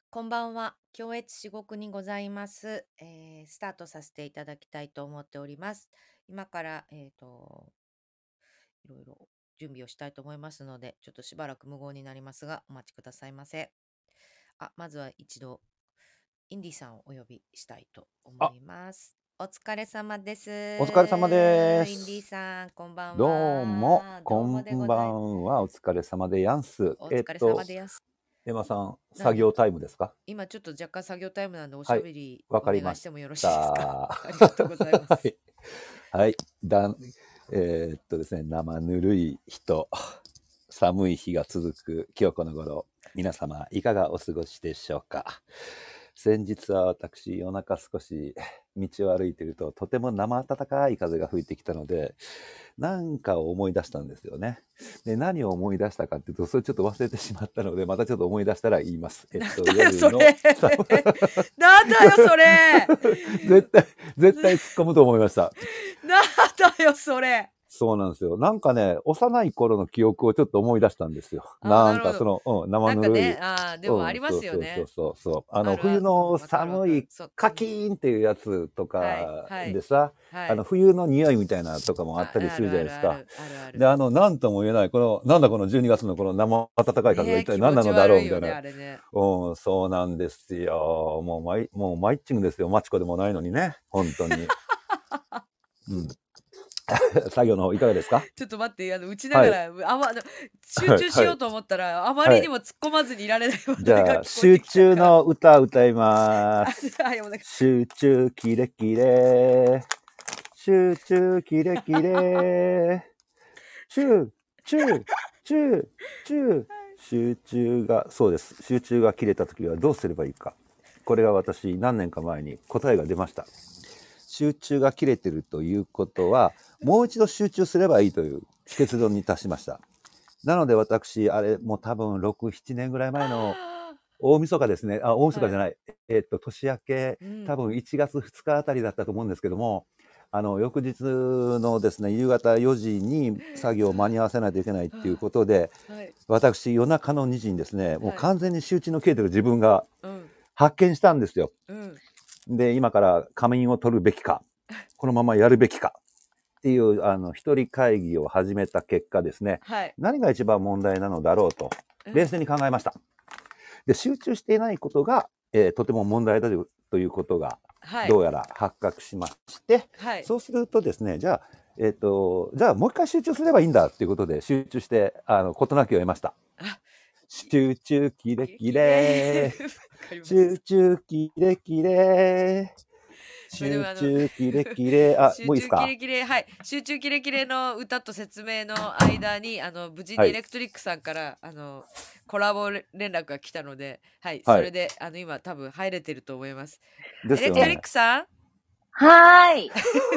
こんばんは。共越至極にございます。スタートさせていただきたいと思っております。今から、いろいろ準備をしたいと思いますので、ちょっとしばらく無言になりますが、お待ちくださいませ。まずは一度、インディさんをお呼びしたいと思あ、 います。お疲れ様です。 お疲れ様でインディす。 さん、こんばんどうも、 は。どこうもでんばございます。 んは。お疲れ様でやんす。 お疲れ様です。 エマさん、作何業タイムですか？ 今ちょっと若干作業タイムなんでおしはい、 ゃべりわおかりまし願いしてもよろしいですか？ た。 ありがとうございまはす。 い、はい、ですね、生ぬるい日と寒い日が続く今日この頃、皆様いかがお過ごしでしょうか？先日は私、夜中少し道を歩いていると、とても生暖かい風が吹いてきたので、なんかを思い出したんですよね。で、何を思い出したかっていうと、それちょっと忘れてしまったので、またちょっと思い出したら言います。 なんだよ、 夜のそれ。なんだよ、それ。 絶対突っ込むと思いました。 なんだよ、それ。 そうなんですよ。なんかね、幼い頃の記憶をちょっと思い出したんですよ。 なるほど。 生ぬるい。 なんかね、でもありまそうそうそうすよね。 そう。 ある、うん、 冬のわかるわかる。 寒いカキーンっていうやつとはい、 かはい、 でさ、 はい。 冬の匂いみたいなとかもあったりするあるじゃないですか。 あるある、あるあで、 る。 なんとも言えない、なんだこの12月のこの生暖かい風がねえ、 一体気持ち何なのだろう悪いよね、 みたいな。 あれね。 そうなんですよ。もうマイッチングですよ。マチコでもないのにね。本当に。うん。作業の方いかがですか？ ちょっと待って、打ちなはい。 がら、集はい。はい。 中しようと思ったら、あまりはい。 にも突っ込まずにいられない話じゃあ、 題が聞こえて集きたから。 中の歌歌います。 はい、お願い。 集中キレキレ。集中キレキレ。集中集中集中が、そうです。集中が切れた時はどうすればいいか。これが私、何年か前に答えが出ました。集中が切れてるということは、もう一度集中すればいいという結論に達しました。なので私、あれ、もう多分6、7年ぐらい前の大晦日ですね。大晦日じゃない。年明け、多分1月2日あたりだったと思うんですけども、翌日のですね、夕方4時に作業を間に合わせないといけないっていうことで、 はい。 私、夜中の2時にですね、もうはい。 完全に集中の切れてる自分がうん。 発見したんですよ。 うん。 で、今から仮眠を取るべきか、このままやるべきかっていう、一人会議を始めた結果ですね、 はい。 何が一番問題なのだろうと、冷静に考えました。で、集中していないことが、とても問題だということが、 はい。 どうやら発覚しまして、 はい。 そうするとですね、じゃあもう一回集中すればいいんだっていうことで、集中して、事なきを得ました。集中キレキレ集中キレキレ集中キレキレもういいですか？ 集中キレキレ、はい。集中キレキレの歌と説明の間に、無事にエレクトリックさんから、コラボ連絡が来たので、はい。それで、今多分入れてると思います。エレクトリックさん？ はーい。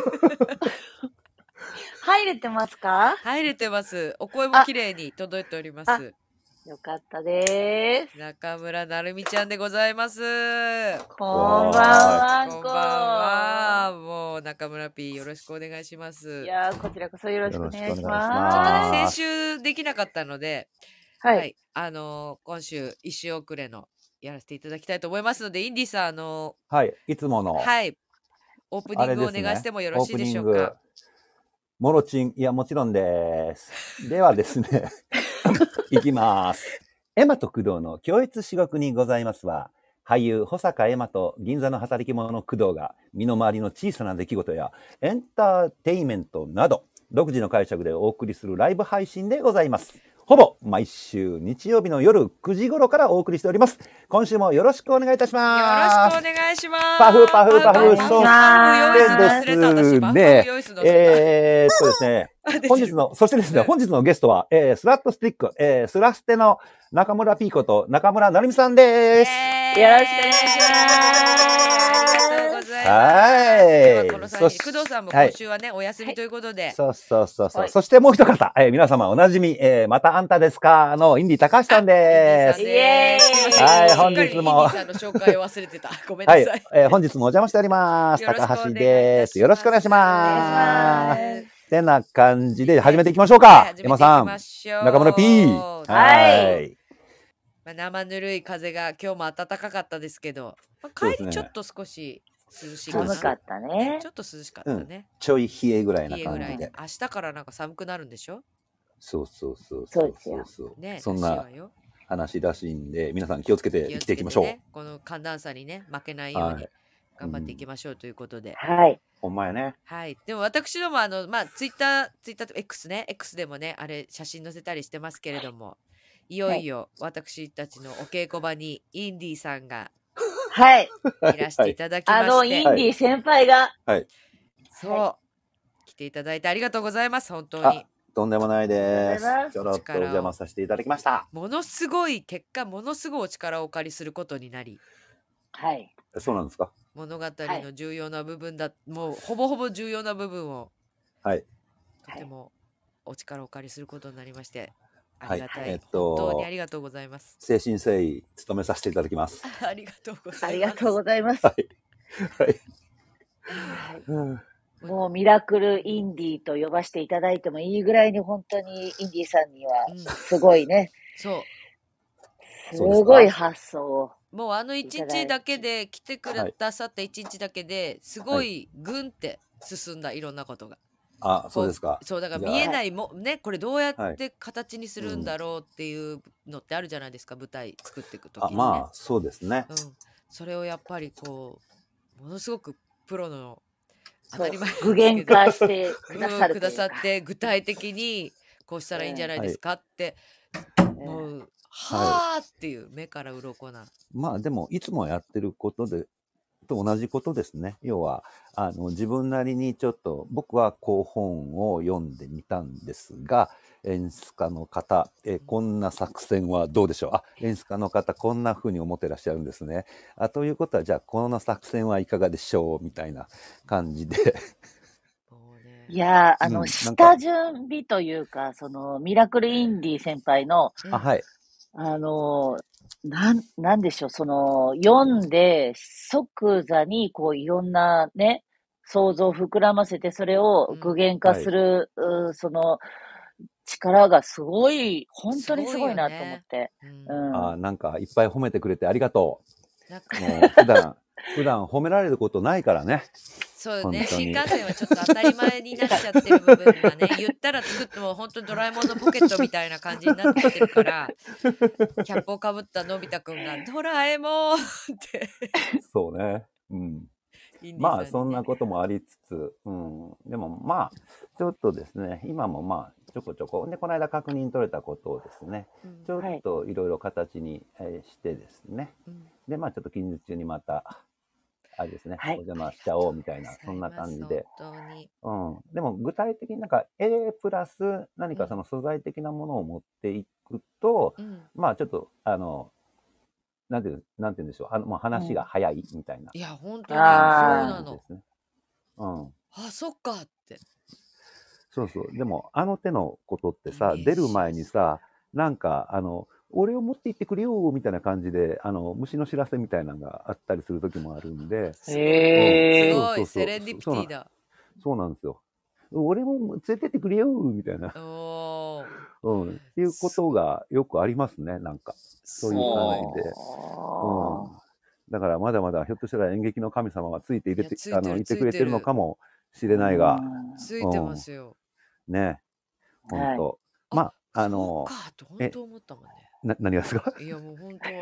入れてますか？ 入れてます。お声も綺麗に届いております。 よかったです。 中村なるみちゃんでございます。 こんばんは。 こんばんは。もう中村 P よろしくお願いします。 いやこちらこそよろしくお願いします。 先週できなかったので、 はい。 はい、今週一週遅れのやらせていただきたいと思いますので、インディさんはい、いつものはいオープニングをお願いしてもよろしいでしょうか。 モロチン、いやもちろんです。ではですね、いきます。エマと工藤の共越至極にございますは、俳優保坂エマと銀座の働き者工藤が身の回りの小さな出来事やエンターテイメントなど独自の解釈でお送りするライブ配信でございます。ほぼ毎週日曜日の夜9時頃からお送りしております。今週もよろしくお願いいたします。 よろしくお願いします。 パフパフパフ、 そしてですね、 そしてですね、本日のゲストは、スラットスティック、スラステの中村ピーコと中村なるみさんです。 よろしくお願いします。 ありがとうございます。 はい。 この際に工藤さんも今週はね、お休みということで。 そう。そしてもう一方、皆様おなじみ、またあんたですかのインディ高橋さんです。 イエーイ。 はい、本日も。 インディさんの紹介を忘れてた。ごめんなさい。 はい、本日もお邪魔しております。高橋です。よろしくお願いします。てな感じで始めていきましょうか。山さん。中村 P。 はい。 生ぬるい風が今日も暖かかったですけど、 そうですね。 帰りちょっと少し涼しいかな。 そうです。 寒かったね、 ね。 ちょっと涼しかっうん。 たね。 ちょい冷えぐらいな冷えぐらいで。 感じで。 明日からなんか寒くなるんでしょそうそうそうそうそうですよ。 そうそう。 ね、 そんならしいわよ。 話らしいんで、皆さん気をつけて気を生きていきましょつけてね、この寒暖差にね、負けなう。 いようにはい。う頑張っていきん。 ましょうということで。 はい。 ほんまやね。 はい。でも私どもツイッターと X ね、X でもね、あれ写真載せたりしてますけれども、いよはいい。 よ私たちのお稽古場にインディーさんがはい。 いらしていただきましイて、 ンディ先輩が、 はい。 そう、来ていただいてありがとうございます、本当あに。、 とんでもないありがとうごです。 ざいます。 ちょろっとお邪魔させていただきました。 ものすごい結果、ものすごいお力をお借りすることになり、 はい。 そうなんですか？ 物語はい。 の重要な部分だ、もうほぼほぼ重要な部分をはい。 とてもお力をお借りすることになりまして、あはい。 りがたい。本当にありがとうございます。 誠心誠意務めさせていただきます。 ありがとうござあいます。 りがとうございます。 はい。はい。 はい。 うんもうミラクルインディと呼ばせていただいてもいいぐらいに本当にインディさんにはうん、 すごいね、 そすそうですか？ ごい発想を。 う。もうあの一日だけで来てくはい。 ださった一日だけですごはい。 いぐんって進んだいろんなことが。 あ、そうこですか。 う、そうだからじゃあ、 見えないもね、これどうやっはい。 て形にするんうん。 だろうっていうのってあるじゃないですか、舞台作っていくあ、 時にね。 まあ、そうですね。 うん。それをやっぱりこう、ものすごくプロの当そう、 たり前具ですけど、 現化してくださるくだというか。 さって具体的にこうしたらいいんじゃないはい。 ですかって、 うんもう、 はい。 はーっていう目から鱗な。 まあ、でも、いつもやってることで、と同じことですね。要は、自分なりにちょっと、僕はこう本を読んでみたんですが、演出家の方、こんな作戦はどうでしょう。あ、演出家の方、こんな風に思ってらっしゃるんですね。あ、ということは、じゃあ、この作戦はいかがでしょうみたいな感じで。 もうね。 いやー、 なん下か、 準備というか、その、ミラクルインディ先輩の、 うん。 はい。 なんでしょう、その、読んで即座に、こう、いろんなね、想像を膨らませて、それうを具ん。 現化はい。 する、その、力がすごい、本すごいよ当にすごいなと思っね。 て。 うん。 あ、なんか、いっぱい褒めてくれてありがとなんか、 う。もう、普段褒められることないからね。 そうね、 本当に。 新幹線はちょっと当たり前になっちゃってる部分がね、言ったら作っても本当にドラえもんのポケットみたいな感じになってきてるから、キャップをかぶったのび太くんが、ドラえもんってそうね。うん。 インディまあ、 さんにね。 そんなこともありつつ、うん。でも、まあ、ちょっとですね、今もまあ、ちょこちょこ。で、この間確認取れたことをですね、 うん。 ちょっはい。 といろいろ形にしてですね。 うん。 で、まあ、ちょっと近日中にまた、あれですね、 はい。 お邪魔しちゃおうみたいな、 ごそんなざいます、本感じで。 当に。 うん。でも、具体的になんか、A プラス何うん。 かその素材的なものを持っていくと、 うん。 まあ、ちょっと、なんて言うんでしょう。もうう話がん。 早いみたいないや、本当に、そうあなの。 感じですね。うん。 あ、そっかって。 そうそう。でも、あの手のことってイメさ、 ー出るジしやすい。 前にさ、なんか、俺を持って行ってくれよみたいな感じで、虫の知らせみたいなのがあったりする時もあるんで、 すごい。 うん。 すへえ。 ごい。 そうそうそう。 セレンディピティだ。 そうなんですよ。俺も連れてってくれよみたいな。 おー、 うん。っていうこすごい。 とがよくありますね、なんか。そうすいう感ごい。 じで。うん。 おー。 だからまだまだひょっとしたら演劇の神様はついていや、ついてる、 いてついてくれてるのる。 かもしうれないが、 ついてまうすよ。 ん。ね。ほんはい。 と。 あ、 まあ、 そうかって本当思ったもんね。 何がですか？ いや、もう本当、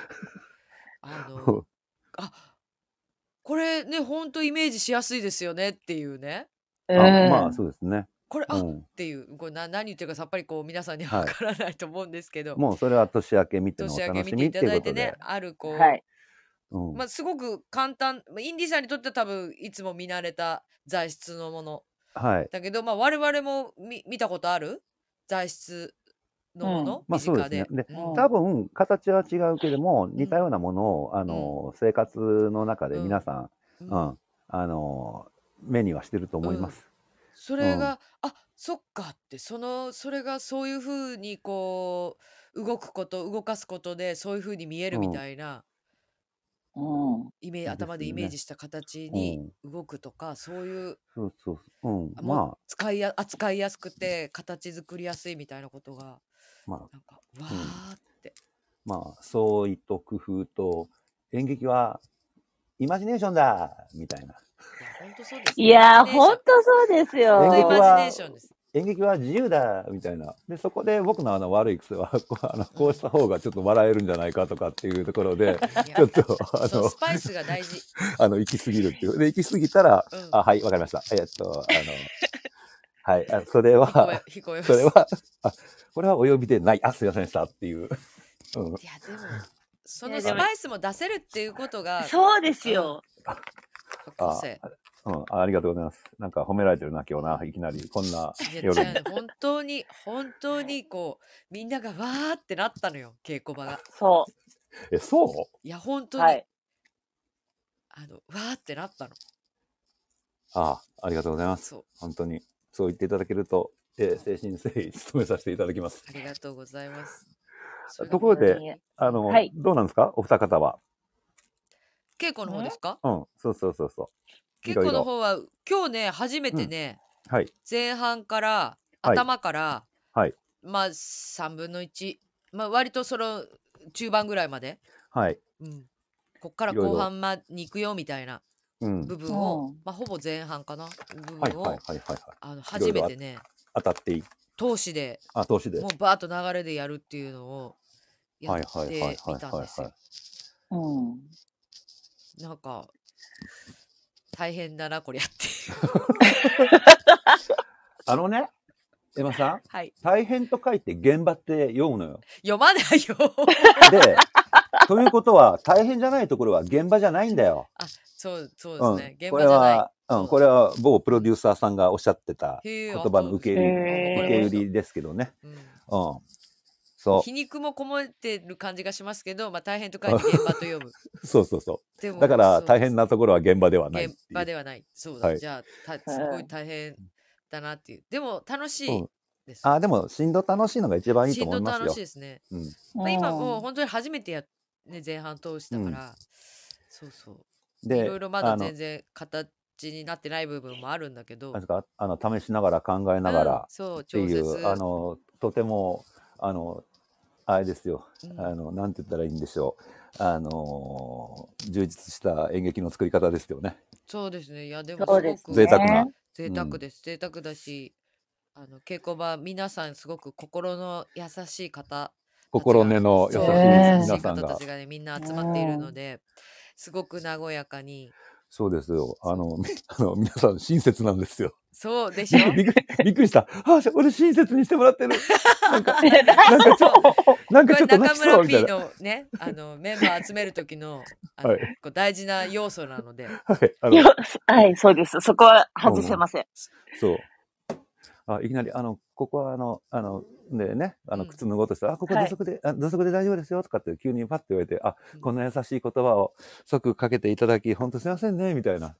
あ、これね、本当イメージしやすいですよねっていうね。 まあ、 うん。 そうですね。 これ、あっうん。 ていう、これ何言ってるかさっぱりこう皆さんにはわはい。 からないと思うんですけど、 もうそれは年明け見てのお年明け楽しみって見ていたいうことで。 だいてね、あるはこい。 うん。 う、すごく簡単、インディさんにとっては多分いつも見慣れた材質のものはい。 だけど、我々も見たことある材質のもうん。 の、 まあ身近そうですね。 で。 で、 うん。 多分形は違うけども、 うん。 似たようなものうん。 を、生活の中でうん。 皆さん、 ううん、 ん。 目にはしてるとうん。 思います。 それが、あ、そっかって、それがそういう風にこう、動かすことで、そういう風に見えるみうん。 たいな、 うん。 で頭でイメーすね。 ジした形うにん。 動くとか、そういう、 そうそうそう。うん。 もうま扱いやすくて、形作りやすいみたいなことが、 あ、まあ、 なんか、わうん。 ーって。 まあ、創意と工夫と、演劇はイマジネーションだみたいな。 いや、ほんとそうですいね。イマやー、 ジネーション。 ほんとそうです演ほんとイよ。 劇マジネーは、 ションです。 演劇は自由だみたいな。で、そこで僕の悪い癖は、こうしたう方がちょっと笑えるんじゃないかとかっていうところで、 ん。いちや、 ょっと、 そう、スパイスが大事。 行き過ぎるっていう。で、行き過ぎたら、 うん。 はい、わかりました。はい、それは、 引こえまそれす。 は、これはお呼びでない。すいませんでしたっていう。うん。 いや、でも、そいや、でも、 のスパイスも出せるっていうことが、 そうですうん、 よ。 個性。 ありがとうございます。なんか褒められてるな、今日な。 うん。 いきなり、こんないや、 夜に。 じゃあ、本当に、本当にこう、みんながわーってなったのよ、稽古場が。 そそういや、本う。 当に、 はい。 わーってなったの。 ありがとうございます。 そう。 本当に、そう言っていただけると、誠心誠意努めさせていただきます。 ありがとうございます。それがところで、 いやうんはい。 どうなんですかお二方は。 稽古の方ですか？ そうそうそうそう。い稽ろいろ。 古の方は、今日ね、初めうん。 てね、 はい。 前半から、 はい。 頭から、 はい。 まあ、3分の1、まあ、割とその、中盤ぐらいまで、 はい。 うん、こっからいろいろ。 後半に行くよみたいなうん。 部う分を、 ん。 まあ、ほぼ前半かな部はい分を、 はいはいはいはい。いろ初いろめてね、 当たっていい。 通しで投資で。 もうバーッと流れでやるっていうのをやっはいはいはいはいてみたんですはいよ。 うん。 なんか大変だなこれやってあのね、エマさん、 はい、 大変と書いて現場って読むのよ。 読まないよで、ということは大変じゃないところは現場じゃないんだよ。 そうですね、現こ場じゃない。 れは、これは某プロデューサーさんがおっしゃってたへえ、 言葉の受け売り、受け売りですけどね。そう。 皮肉もこもってる感じがしますけど、まあ大変と書いて現場と読む。 そうそうそでもう。だからそう大変なところは現場ではないっ現ていう。 場ではない。そうだ。 はい。 じゃあすごい大変だなっていう。でも楽しいです。 でも、しんど楽しいのが一番いいと思いますよ。 楽しいですね。 うん。 まあ、今もう本当に初めてね、前半通したから、そうそう。いろで、 いろまだ全然形になってない部分もあるんだけど、 試しながら考えながらそう、 ってい調節。 う、とても、あれですよ。なんて言ったらいいんでしょう。充実した演劇の作り方ですよね。 そうですね。いや、でもそうですすごく贅沢な。 贅沢です。贅沢だし、稽古場、皆さんすごく心の優しい方、 心根の優しい皆さんが。 方たちがね、みんな集まっているので、すごく和やかに。 そうですよ。皆さん親切なんですよ。 そうでしょびっくりした。俺親切にしてもらってる。なんかちょっと泣きそうみたいな。 中村 P のね、メンバー集める時の、こう大事な要素なので。 はい、そうです。そこは外せません。 そう。いきなり、ここはでね、靴脱ごうとしたら、ここ土足で大丈夫ですよとかって急にパッて言われて、こんな優しい言葉を即かけていただき、本当すいませんね、みたいな。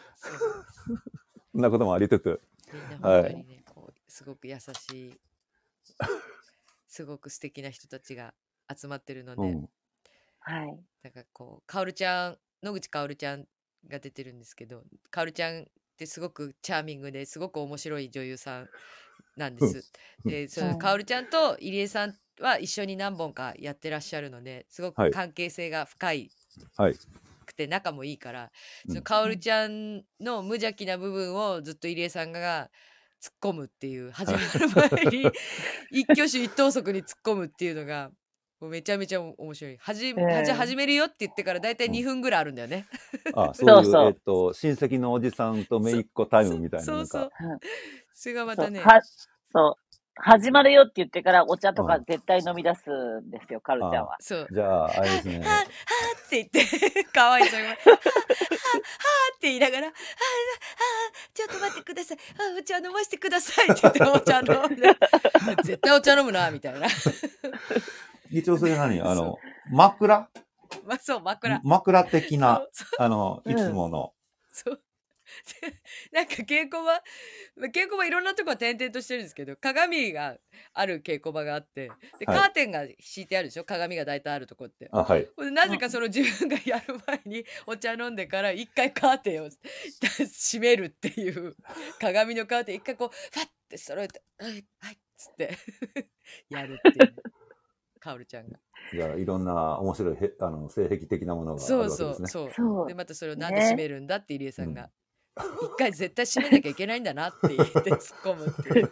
そんなこともありつつ。 みんな本当にね、こう、すごく優しい、すごく素敵な人たちが集まってるので、 はい。 なんかこう、かおるちゃん、野口かおるちゃんが出てるんですけど、かおるちゃんってすごくチャーミングですごく面白い女優さんなんです。で、そのかおるちゃんと入江さんは一緒に何本かやってらっしゃるので、すごく関係性が深いくて仲もいいから、そのかおるちゃんの無邪気な部分をずっと入江さんが突っ込むっていう、始まる前に一挙手一投足に突っ込むっていうのがもうめちゃめちゃ面白い。始めるよって言ってからだいたい2分ぐらいあるんだよね。 そういう、親戚のおじさんと姪っ子タイムみたいな。 そう。それがまたね。 そう。始まるよって言ってからお茶とか絶対飲み出すんですよ、カルちゃんは。 そう。じゃあ、あれですね。 はって言って、かわいそう。はって言いながら、ちょっと待ってください。お茶飲ませてくださいって言ってお茶飲んで、絶対お茶飲むな、みたいな。 一応それ何枕そう、 枕的な、いつもの。 そう。なんか稽古場いろんなとこ転々としてるんですけど、鏡がある稽古場があって、で、カーテンが敷いてあるでしょ、鏡が大体あるとこって。なぜかその自分がやる前にお茶飲んでから一回カーテンを閉めるっていう、鏡のカーテン一回こう、ファッて揃えて、はい、っつってやるっていう。かおるちゃんが。 じゃあいろんな面白い性癖的なものがあるそうわけですね。 そうそう。 そうで、またそれをなんで閉ね。 めるんだって入江さうんん。 が、一回絶対閉めなきゃいけないんだなって言って突っ込むっていう。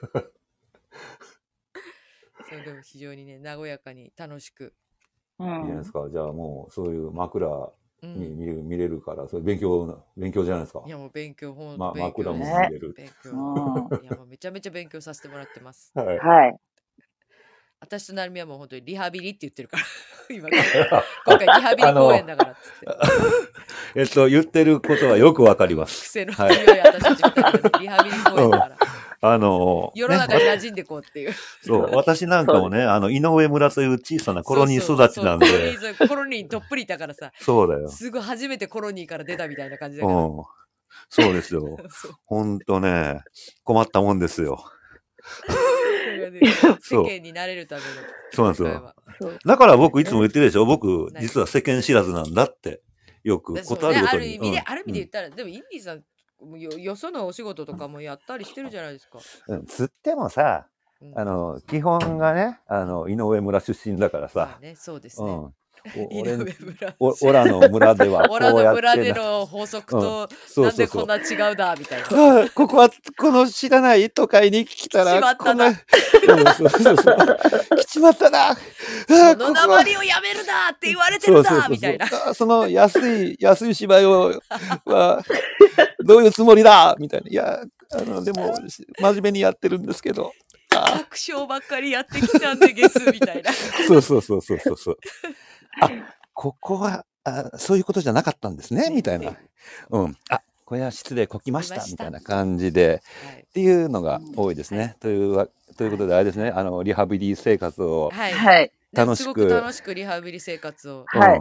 そう、でも非常にね、和やかに楽しく。 ういいじゃないですん。 か。じゃあもうそういう枕うにん。 見れるから、それ勉強じゃないですか。 いやもう勉強、ほんと勉枕も強です。 ね。 見れる。 勉強。 うん。 いやもうめちゃめちゃ勉強させてもらってます。 はい。 はい。 私と成美はもう本当にリハビリって言ってるから。今回リハビリ公演だからっつって。 言ってることはよくわかります。 癖のはい。 強い私たち二人はね、リハビリ公演だから。世のね、 中に馴染んでこうっていう。 そう、私なんかもね、井上村という小さなコロニーそう育ちなんで、 コロニーどっぷりいたからさ、 そうだよ。 すごい初めてコロニーから出たみたいな感じだうから。 ん。そうですよ。 そう。 ほんとね、困ったもんですよ。 それがね、世そう。 間になれるための、 そうなんですよ。 今回は。 そう。 だから僕いつも言ってるでしょ。僕、 何実は世間知らずなんだって。よく、 そうね、 ことあるごとに。 ある意味で言ったら、でもインディーさん、よそのお仕事とかもやったりしてるじゃないですか。 つってもさ、 うん、 基本がね、井上村出身だからまさあ、ね、そうですね。井俺上村。 オラの村ではオラこうやっての村での法則と、 そうなんでそうそう。 こんな違うだみたいな。 あここは、この知らない都会に来たら、 来ちまったなこんな、そうそうそう。来ちまったな。あそのここは鉛をやめるなって言われてるんだみたいな。 あその安い芝居は、どういうつもりだみたいな。いや、でも、真面目にやってるんですけど。 楽勝ばっかりやってきたんでゲスみたいな。 そうそうそうそうそうそう。ここはそういうことじゃなかったんですね、みたいな。これは失礼こきました、みたいな感じで、っていうのが多いですね。ということで、あれですね、リハビリ生活を楽しく。 すごく楽しくリハビリ生活を。 はい。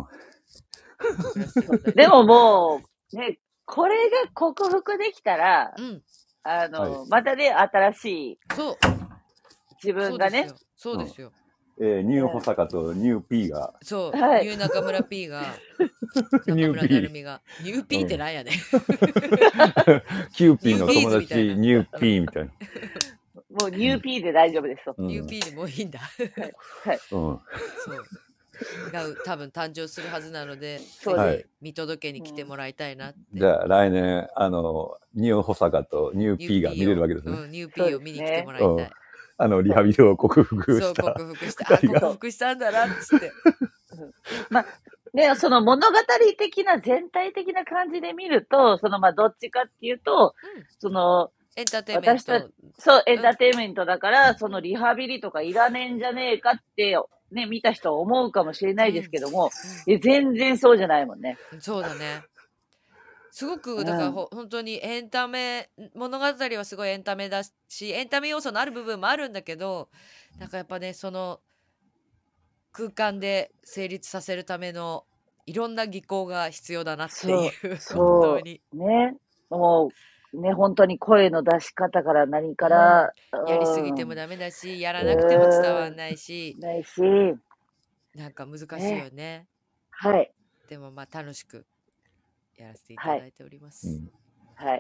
でももう、ね、これが克服できたら、またね、新しい、自分がね。 そうですよ。 ニュー保坂とニュー P が。 そう、ニュー中村 P が、 ニュー P。 ニュー P ってなんやねん。 キューピーの友達、ニュー P みたいな。 もうニュー P で大丈夫ですと。 ニュー P でもういいんだ。 はい。 そう。が多分誕生するはずなので、見届けに来てもらいたいなって。 じゃあ来年、ニュー保坂とニュー P が見れるわけですね。 ニュー P を見に来てもらいたい。 リハビリを克服した。 そう、克服した。克服したんだな、っつって。 まあ、ね、その物語的な、全体的な感じで見ると、どっちかっていうと、 エンターテインメント。 そう、エンターテインメントだから、そのリハビリとかいらねえんじゃねえかって、ね、見た人は思うかもしれないですけども、全然そうじゃないもんね。 そうだね。すごく、だから本当にエンタメ、物語はすごいエンタメだし、エンタメ要素のある部分もあるんだけど、なんかやっぱね、その空間で成立させるためのいろんな技巧が必要だなっていう、本当に。 ね。もう、ね、本当に声の出し方から何から、 やりすぎてもダメだし、やらなくても伝わんないし、なんか難しいよね。 はい。 でもまあ楽しくやらせていただいております。 はい。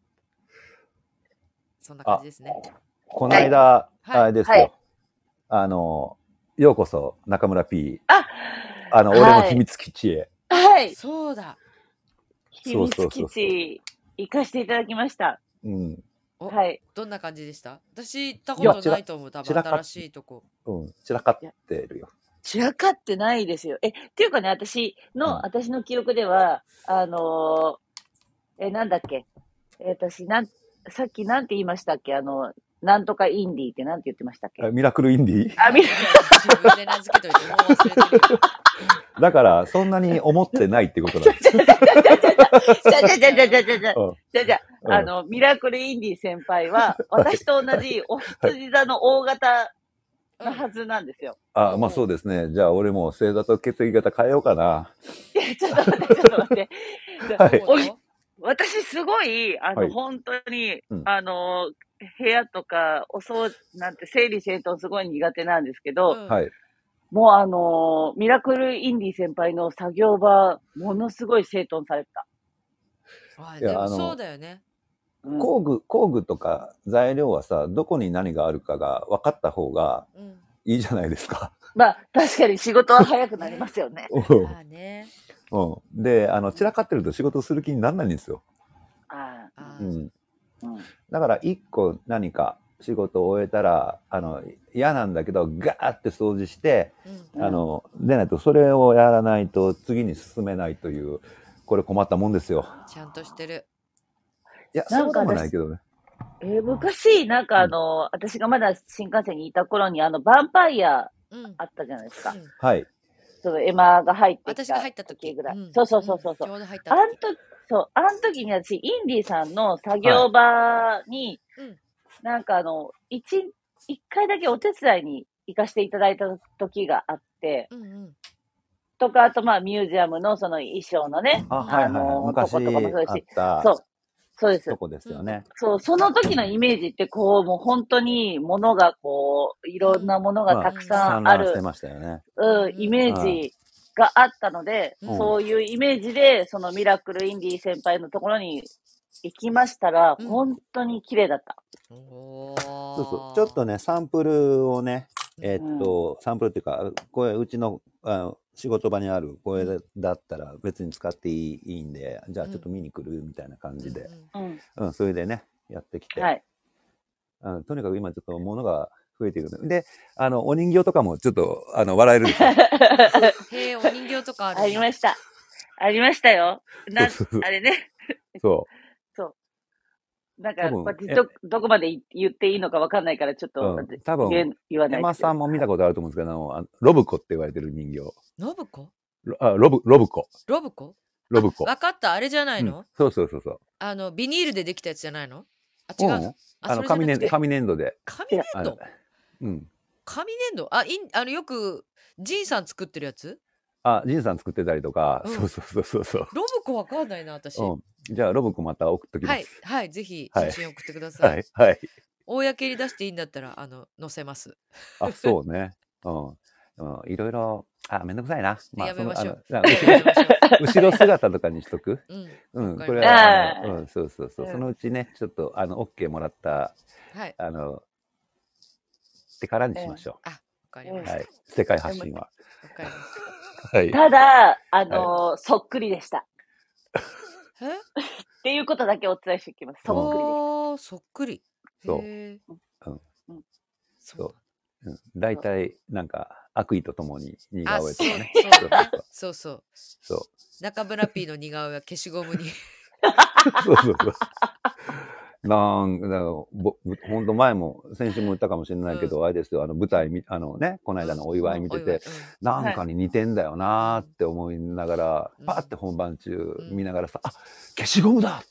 そんな感じですね。 この間、あれですよ。ようこそ中村 P。俺の秘密基地へ。 はい。 そうだ。 秘密基地行かせていただきました。はい。 どんな感じでした？私行ったことないと思う。多分新しいとこ。 散らかってるよ。 散らかってないですよ。っていうかね、私の記憶では、なんだっけ。私、さっきなんて言いましたっけ？なんとかインディーってなんて言ってましたっけ？ ミラクルインディー？ 自分で名付けといてもう忘れてるよ。 だから、そんなに思ってないってことなんです。 じゃミラクルインディー先輩は、私と同じお羊座の大型なはずなんですよ。 まあそうですね。じゃあ俺も星座と血液型変えようかな。 いや、ちょっと待って。私すごい、本当に、部屋とか、なんて整理整頓すごい苦手なんですけど、もうミラクルインディ先輩の作業場、ものすごい整頓されてた。 でもそうだよね。 工具とか材料はさ、どこに何があるかが分かった方が、 いいじゃないですか。 まあ、確かに仕事は早くなりますよね。 まあね。 で、散らかってると仕事する気にならないんですよ。だから一個何か仕事を終えたら、嫌なんだけど、ガーって掃除して、でないと、それをやらないと次に進めないという、これ困ったもんですよ。 ちゃんとしてる。 いや、そうでもないけどね。 昔、私がまだ新幹線にいた頃に、ヴァンパイアあったじゃないですか。 はい。 そのエマが入ってきた。 私が入った時ぐらい。そう。 ちょうど入った時。 あの時に私、インディさんの作業場に、一回だけお手伝いに行かせていただいた時があって、とか、あと、ミュージアムのその衣装のね、 昔とことかもそうですし、そうです。 そこですよね。 そう、その時のイメージって、もう本当に物がいろんなものがたくさんある、イメージがあったので、そういうイメージで、そのミラクルインディ先輩のところに行きましたら、本当に綺麗だった。 ちょっとね、サンプルをね、サンプルっていうか、これうちの仕事場にあるこれだったら別に使っていいんで、じゃあちょっと見に来るみたいな感じで、それでね、やってきて、とにかく今ちょっと物が増えているので、お人形とかもちょっと笑えるでしょ。 へえ、お人形とかある。 ありました。ありましたよ。あれね。 そう。 なんか、どこまで言っていいのか分かんないから、ちょっと、 多分、 言わない。 山さんも見たことあると思うんですけど、ロブコって言われてる人形。 ロブコ？ ロブコ。 ロブコ？ ロブコ。 分かった、あれじゃないの？ そう。 ビニールでできたやつじゃないの？あ、違う。 紙粘土で。 紙粘土？紙粘土？よく、ジンさん作ってるやつ？ ジンさん作ってたりとか、そう。 ロブコわかんないな、私。 じゃあ、ロブコまた送っときます。 はい、ぜひ写真送ってください。 はい。 公に出していいんだったら、載せます。 そうね。いろいろ、めんどくさいな。 やめましょう。 後ろ姿とかにしとく。これは、そう。そのうちね、ちょっと、OK もらった、ってからにしましょう。 わかりました。 世界発信は。 わかりました。 ただ、そっくりでした。っていうことだけお伝えしておきます。そっくりでした。 そっくり。 そう。大体、なんか、悪意とともに似顔絵とかね。 そう。中村 P の似顔絵は消しゴムに。 そう。ほんと前も、先週も言ったかもしれないけど、あれですよ、舞台、この間のお祝い見てて、なんかに似てんだよなーって思いながら、パーって本番中見ながらさ、消しゴムだ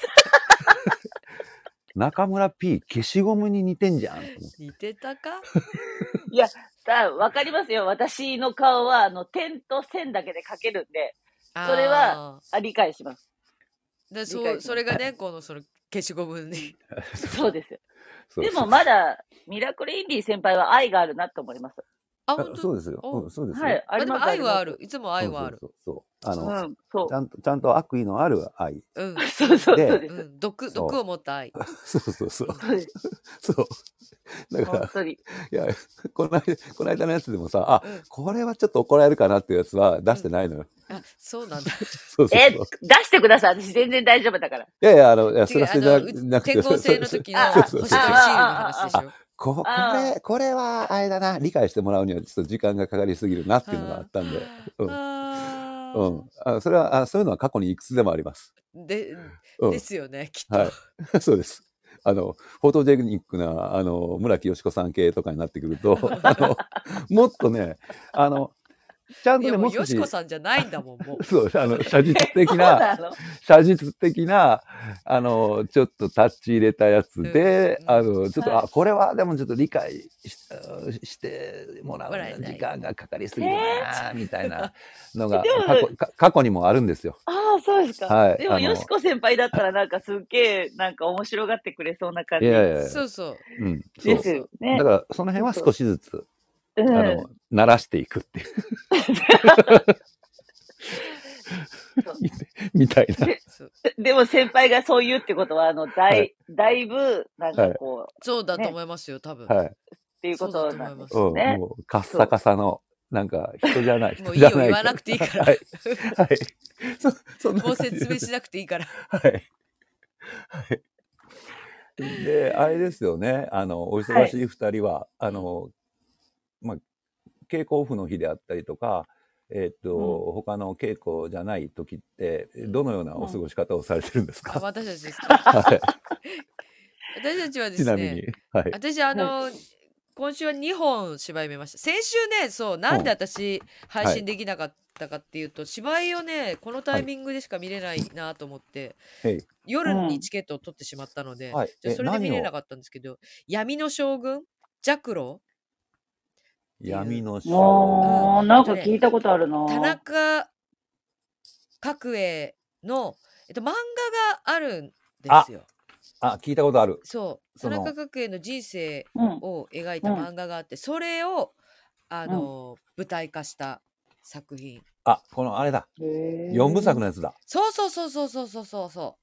中村 P 消しゴムに似てんじゃん。 似てたか？ いや、わかりますよ。私の顔は、点と線だけで描けるんで、それは、理解します。 それがね、その消しゴムに。 そうですよ。でもまだ、ミラクルインディ先輩は愛があるなと思います。 そうですよ。そうですよ。 はい。 でも愛はある。いつも愛はある。 ちゃんと悪意のある愛。 そう。 毒を持った愛。 そう。だから、いや、この間のやつでもさ、これはちょっと怒られるかなっていうやつは出してないのよ。 そうなんだ。 出してください。私全然大丈夫だから。 いや、それじゃなくて。 転校生の時の星取りシールの話でしょ。 これは、あれだな、理解してもらうにはちょっと時間がかかりすぎるなっていうのがあったんで。それは、そういうのは過去にいくつでもあります。 ですよね、きっと。 はい。そうです。フォトジェニックな、村木よしこさん系とかになってくると、もっとね、ちゃんとね、 もうよしこさんじゃないんだもん、もう。 そう、写実的な、ちょっとタッチ入れたやつで、ちょっと、これはでもちょっと理解してもらうには時間がかかりすぎるな、みたいなのが、過去にもあるんですよ。 そうですか。はい。でも、よしこ先輩だったらなんかすっげえ、なんか面白がってくれそうな感じ。 そう。 ですよね。 だから、その辺は少しずつ、慣らしていくっていう。みたいな。 でも先輩がそう言うってことは、だいぶ、なんかこう。そうだと思いますよ、多分。 ってっていうことなんですうん、 ね。 もう、カッサカサの、なんか、人じゃない。 もういいよ、言わなくていいから。 はい。はい。そんなもう感じ説明しなくていいから。 はい。はい。で、あれですよね。お忙しい二人は、まあ、稽古オフの日であったりとか、他の稽古じゃない時って、どのようなお過ごし方をされてるんですか？ 私たちですか？ はい。 私たちはでちなみすね、 に。はい。 私今週は2本芝居見ました。先週ね、そう、なんで私配信できなかったかっていうと、芝居をね、このタイミングでしか見れないなと思って、夜にチケットを取ってしまったので、じゃそれで見れなかったんですけど、闇の将軍ジャクロ闇の将軍。なんか聞いたことあるな。 田中角栄の、漫画があるんですよ。 聞いたことある。 そう。田中角栄の人生を描いた漫画があって、それを、舞台化した作品。 このあれだ。4部作のやつだ。 そうそうそうそうそうそうそう。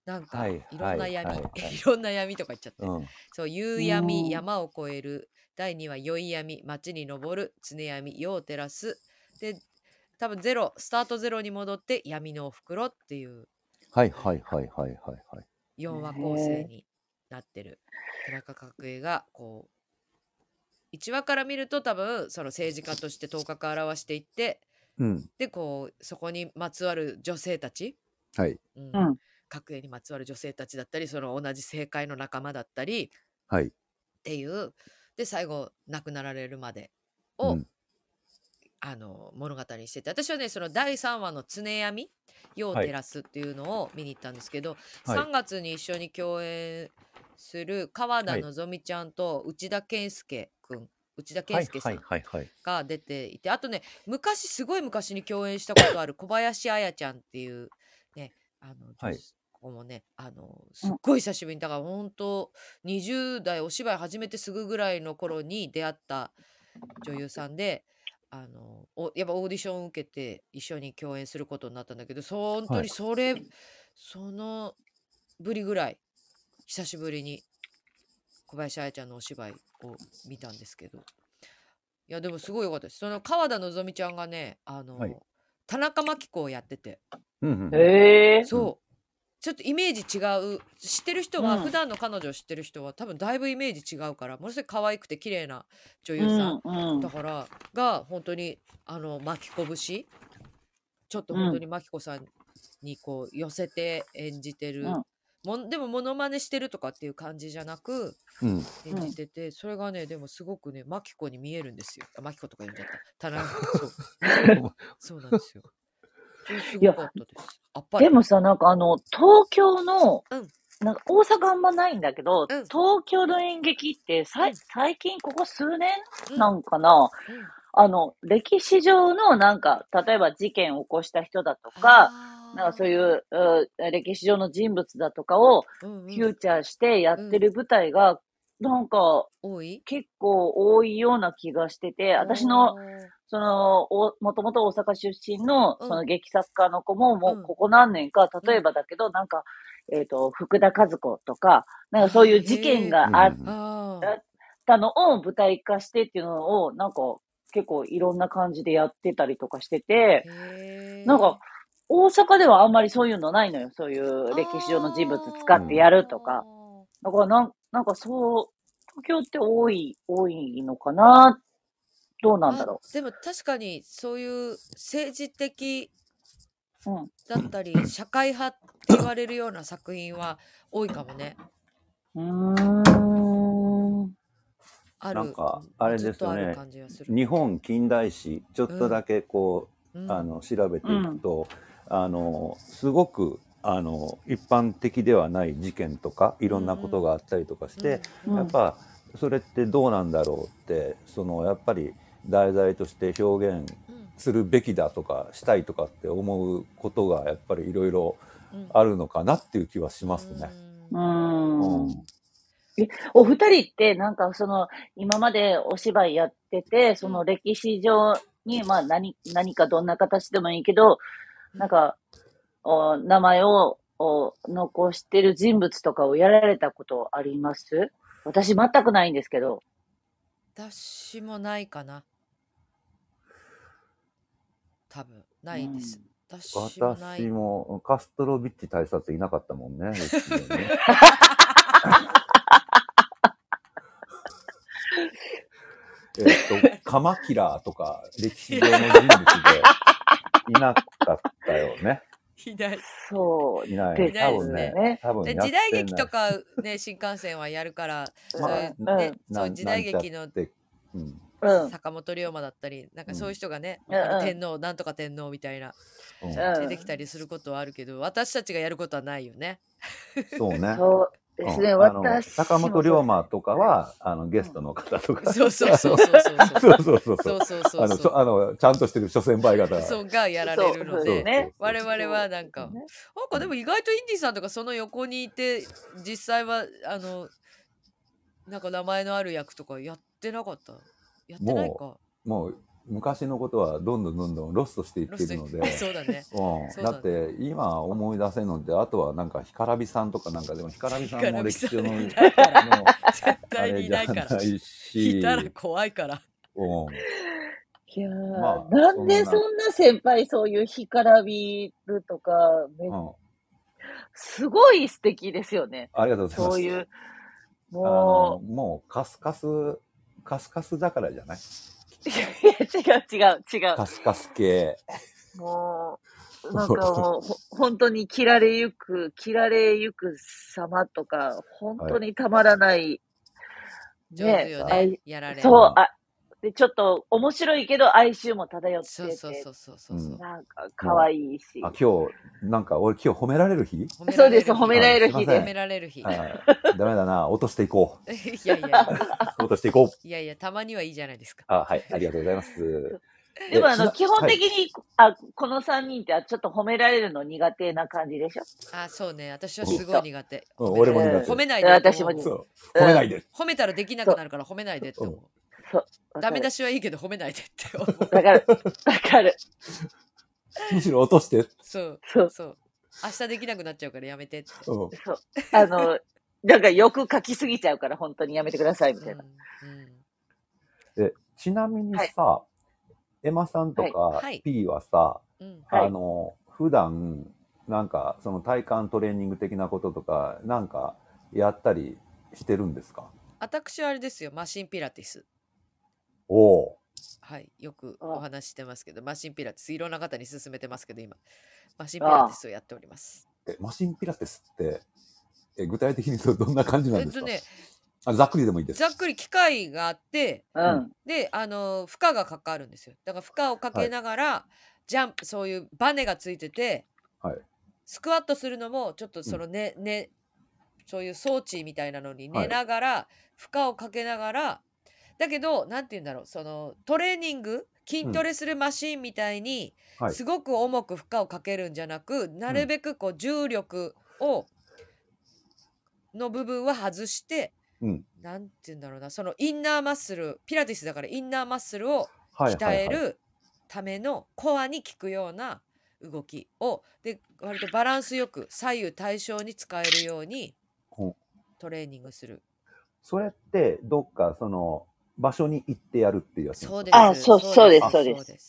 なんか、いろんな闇、いろんな闇とか言っちゃって。そう、夕闇、山を越える。第2話、宵闇、街に登る。常闇、夜を照らす。で、多分スタートゼロに戻って闇のお袋っていう。 はいはいはいはいはいはい。 4話構成になってる田中角栄がこう1話から見ると多分その政治家として頭角を現していって、でこうそこにまつわる女性たち、角栄にまつわる女性たちだったりその同じ政界の仲間だったり、っていうで最後亡くなられるまでを、物語にしてて、私はねその第3話の常闇夜を照らすっていうのを見に行ったんですけど、3月に一緒に共演する川田希ちゃんと内田健介くん、内田健介さんが出ていて、あとねすごい昔に共演したことある小林彩ちゃんっていうね子もねすっごい久しぶりに、だから本当20代お芝居始めてすぐぐらいの頃に出会った女優さんで、やっぱオーディションを受けて一緒に共演することになったんだけど、本当にそのぶりぐらい久しぶりに小林彩ちゃんのお芝居を見たんですけど、いやでもすごい良かったです。その川田希ちゃんがね田中真紀子をやってて、そうちょっとイメージ違う、知ってる人は、普段の彼女を知ってる人は多分だいぶイメージ違うから、ものすごい可愛くて綺麗な女優さん、だからが本当に巻き拳ちょっと本当に真紀子さんにこう寄せて演じてる、でもモノマネしてるとかっていう感じじゃなく演じてて、それがねでもすごくね真紀子に見えるんですよ。真紀子とか言っちゃった。そうなんですよ。すごかったです。 でもさ、なんか東京の、なんか大阪あんまないんだけど、東京の演劇って最近ここ数年なんかな、歴史上のなんか、例えば事件を起こした人だとか、なんかそういう歴史上の人物だとかをフューチャーしてやってる舞台が、なんか、結構多いような気がしてて、私の、もともと大阪出身の、その劇作家の子も、もうここ何年か、例えばだけど、なんか、福田和子とか、なんかそういう事件があったのを舞台化してっていうのを、なんか結構いろんな感じでやってたりとかしてて、なんか、大阪ではあんまりそういうのないのよ。そういう歴史上の人物使ってやるとか。だからなんか東京って多いのかな。どうなんだろう。でも確かにそういう政治的だったり、社会派って言われるような作品は多いかもね。 なんかあれですよね。日本近代史ちょっとだけこう、調べていくと、すごく一般的ではない事件とかいろんなことがあったりとかして、やっぱそれってどうなんだろうって、やっぱり題材として表現するべきだとかしたいとかって思うことがやっぱりいろいろあるのかなっていう気はしますね。 お二人ってなんか今までお芝居やってて、その歴史上にまあ何かどんな形でもいいけど、なんか名前を残してる人物とかをやられたことあります？私全くないんですけど。 私もないかな。多分、ないです。私もない。 私も、カストロビッチ大佐いなかったもんね、歴史でね。カマキラとか、歴史上の人物でいなかったよね。 いない。 そう。 いない。 多分ね。 多分時代劇とかね、新幹線はやるから、そういうね、そういう時代劇の坂本龍馬だったり、なんかそういう人がね、天皇、なんとか天皇みたいな、出てきたりすることはあるけど、私たちがやることはないよね。 そうね。 そうですね、 坂本龍馬とかは、ゲストの方とか。 そう。ちゃんとしてる諸先輩方そうがやられるので、我々はなんかでも意外とインディさんとかその横にいて、実際は、なんか名前のある役とかやってなかった？やってないか。 もう、昔のことはどんどんロストしていってるので。 そうだね。 だって今思い出せるので、あとはなんか干からびさんとかなんかでも干からびさんも歴史上の絶対にいないから。いたら怖いから。 いやなんでそんな先輩そういう干からびるとか、すごい素敵ですよね。 ありがとうございます。 そういう、 もうカスカスだからじゃない？ いや、違う。 カスカス系。 もう、なんかもう、本当に切られゆく様とか、本当にたまらない。 上手よね。やられる。 そう、で、ちょっと面白いけど哀愁も漂ってて。 そう。 なんか可愛いし。 今日褒められる日？ そうです、褒められる日で。 褒められる日。 ダメだな、落としていこう。 いや。 落としていこう。 いや、たまにはいいじゃないですか。 はい、ありがとうございます。 でも基本的に、この3人ってちょっと褒められるの苦手な感じでしょ？ そうね。私はすごい苦手。 俺も苦手。 褒めないで。 私も褒めないで。 褒めたらできなくなるから褒めなでって思う。ダメ出しはいいけど褒めないでって思う。 わかる。 むしろ落として。 そう。明日できなくなっちゃうからやめてって。 そう。なんかよく書きすぎちゃうから本当にやめてくださいみたいな。 ちなみにさ、エマさんとか P はさ、普段なんかその体幹トレーニング的なこととかなんかやったりしてるんですか？ 私はあれですよ、マシンピラティス。はい、よくお話してますけど、マシンピラティスいろんな方に勧めてますけど、今マシンピラティスをやっております。 マシンピラティスって具体的にどんな感じなんですか？ざっくりでもいいです。 ざっくり機械があって、で負荷がかかるんですよ。だから負荷をかけながら、ジャンプ、そういうバネがついてて、スクワットするのもちょっとそのそういう装置みたいなのに寝ながら、負荷をかけながら、だけどなんて言うんだろう、そのトレーニング、筋トレするマシンみたいに、すごく重く負荷をかけるんじゃなく、なるべくこう重力の部分は外して、なんて言うんだろうな、そのインナーマッスル、ピラティスだからインナーマッスルを鍛えるためのコアに効くような動きを、で割とバランスよく左右対称に使えるようにトレーニングする。 それってどっかその場所に行ってやるっていうやつ？ そうです。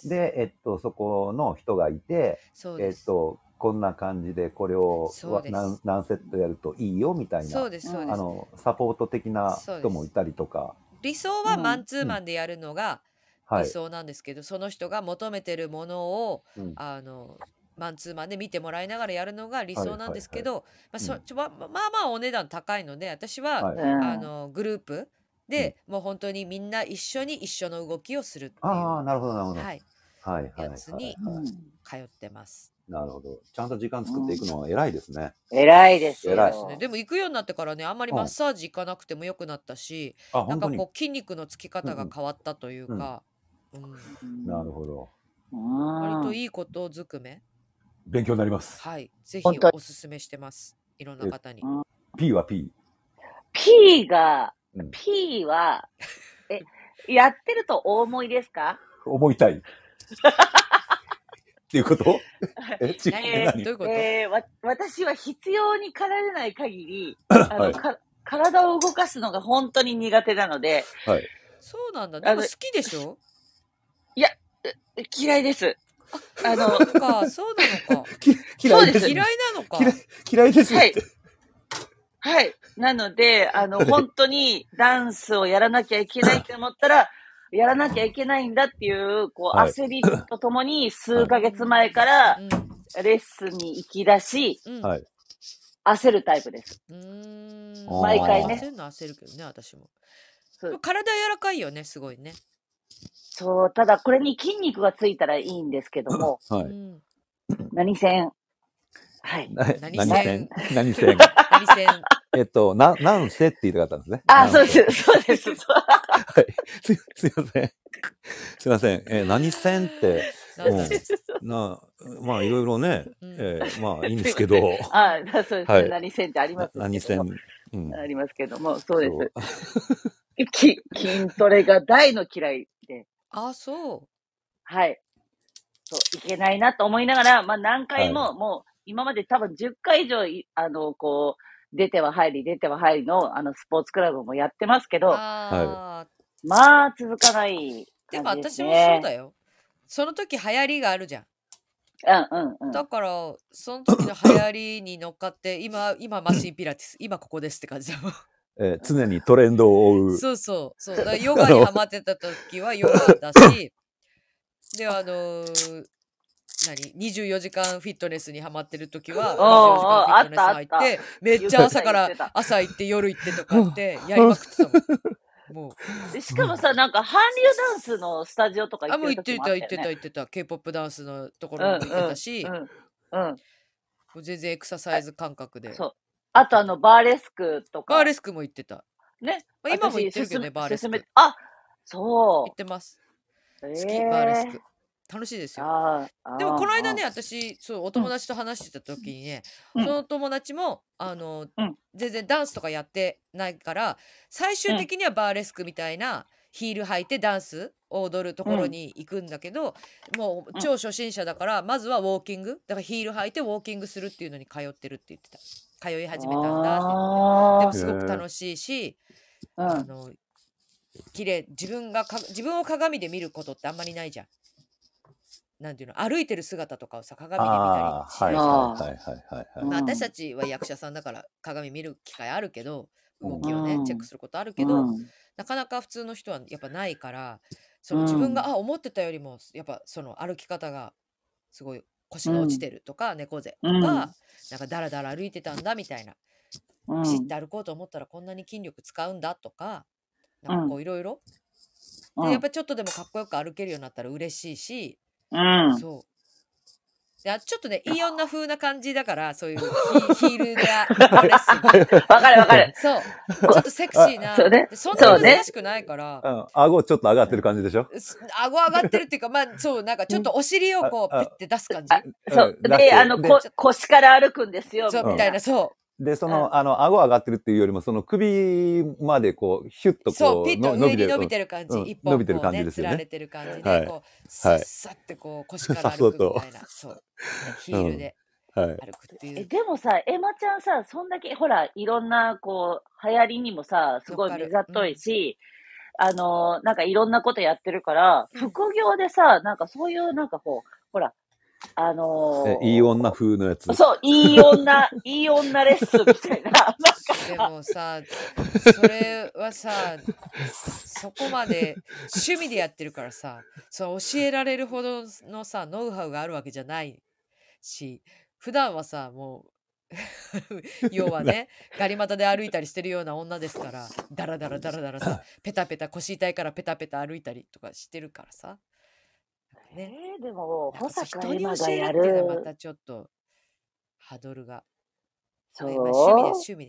で、そこの人がいて、こんな感じでこれを何セットやるといいよみたいな、サポート的な人もいたりとか。 理想はマンツーマンでやるのが理想なんですけど、その人が求めてるものを、マンツーマンで見てもらいながらやるのが理想なんですけど、まあお値段高いので、私は、グループで、もう本当にみんな一緒の動きをするっていう、 なるほどなるほど、 やつに通ってます。 なるほど。ちゃんと時間作っていくのは偉いですね。 偉いですよ。 でも行くようになってからね、あんまりマッサージ行かなくてもよくなったし、なんかこう筋肉のつき方が変わったというか。 なるほど。 割といいことずくめ。 勉強になります。 はい、ぜひおすすめしてます。いろんな方に。 P は P。 P は、やってるとお思いですか？ 思いたい。っていうこと？ どういうこと？ 私は必要に駆られない限り、体を動かすのが本当に苦手なので、 そうなんだ。でも好きでしょ？ いや、嫌いです。 そうか、そうなのか。 嫌いです。 嫌いなのか。 嫌いですって。 はい。なので、本当にダンスをやらなきゃいけないって思ったら、やらなきゃいけないんだっていう、こう、焦りとともに、数ヶ月前から、レッスンに行き出し、焦るタイプです。毎回ね。 焦るの焦るけどね、私も。体柔らかいよね、すごいね。 そう、ただこれに筋肉がついたらいいんですけども、何線はい。 何線何線何せって言いたかったんですね。 あ、そうです。そうです。 はい。すいません。すいません。何線って、まあ、いろいろね、まあ、いいんですけど。 あ、そうですね。何線ってありますけど。 何線。 ありますけども、そうです。筋トレが大の嫌いで。 あ、そう。 はい。そう、いけないなと思いながら、まあ何回も、もう、今まで多分10回以上、こう、出ては入りの、スポーツクラブもやってますけど、まあ、続かない感じですね。 でも私もそうだよ。その時流行りがあるじゃん。だから、その時の流行りに乗っかって、今マシンピラティス、今ここですって感じだもん。 常にトレンドを追う。 そうそう。だからヨガにハマってた時はヨガだし、で、24時間フィットネスにハマってる時は、24時間フィットネス入って、めっちゃ朝行って夜行ってとかってやりまくってたもん。もう。しかもさ、なんか韓流ダンスのスタジオとか行ってる時もあったよね。 行ってた。K-POP ダンスのところも行ってたし、全然エクササイズ感覚で。そう。 あとバーレスクとか。 バーレスクも行ってた。 ね。 今も行ってるけどね、バーレスク。 あ、そう。 行ってます。好き、バーレスク。楽しいですよ。でもこの間ね、私、お友達と話してた時にね、その友達も、全然ダンスとかやってないから、最終的にはバーレスクみたいなヒール履いてダンスを踊るところに行くんだけど、もう超初心者だから、まずはウォーキング。だからヒール履いてウォーキングするっていうのに通ってるって言ってた。通い始めたんだって言って。でもすごく楽しいし、綺麗、自分を鏡で見ることってあんまりないじゃん。なんていうの、歩いてる姿とかをさ、鏡で見たりしない。私たちは役者さんだから鏡見る機会あるけど、動きをね、チェックすることあるけど、なかなか普通の人はやっぱないから、自分が、思ってたよりも、やっぱ歩き方がすごい腰が落ちてるとか、猫背とか、なんかダラダラ歩いてたんだみたいな。ピシッて歩こうと思ったらこんなに筋力使うんだとか、なんかこういろいろ。で、やっぱちょっとでもかっこよく歩けるようになったら嬉しいし、そう。ちょっとね、いい女風な感じだから、そういうヒールでレッスン。 わかる。 そう。ちょっとセクシーな。そんな難しくないから。 顎ちょっと上がってる感じでしょ？ 顎上がってるっていうか、まあ、そう、なんかちょっとお尻をこう、ピッて出す感じ。 そう。で、腰から歩くんですよ。 そう、みたいな、そう。 で、顎上がってるっていうよりも、首までこう、ヒュッとこう、 そう、ピッと上に伸びてる感じ。一本伸びてる感じですよね。 つられてる感じで、こう、さっさってこう、腰から歩くみたいな。そう。ヒールで歩くっていう。 でもさ、エマちゃんさ、そんだけ、ほら、いろんな、こう、流行りにもさ、すごい目ざといし、なんかいろんなことやってるから、副業でさ、なんかそういう、なんかこう、ほら、 いい女風のやつ。 そう、いい女レッスンみたいな。なんかでもさ、それはさ、そこまで趣味でやってるからさ、教えられるほどのさ、ノウハウがあるわけじゃないし、普段はさ、もう、要はね、ガリ股で歩いたりしてるような女ですから、ダラダラさ、ペタペタ腰痛いからペタペタ歩いたりとかしてるからさ。 ね、でも、保坂人に教えるっていうのはまたちょっと、ハードルが。そう。趣味です。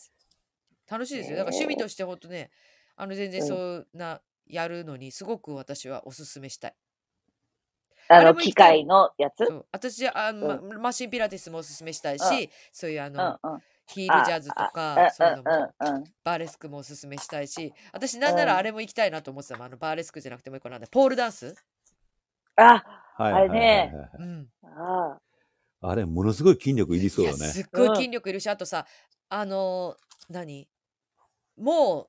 楽しいですよ。だから趣味としてほんとね、全然そんな、やるのにすごく私はおすすめしたい。 機械のやつ？ そう。私、マシンピラティスもおすすめしたいし、そういうヒールジャズとか、そういうのも、バーレスクもおすすめしたいし、私なんならあれも行きたいなと思ってたもん。バーレスクじゃなくてもう一個なんだ、ポールダンス？ あれね。 あれ、ものすごい筋力いりそうだね。 すっごい筋力いるし、あとさ、もう、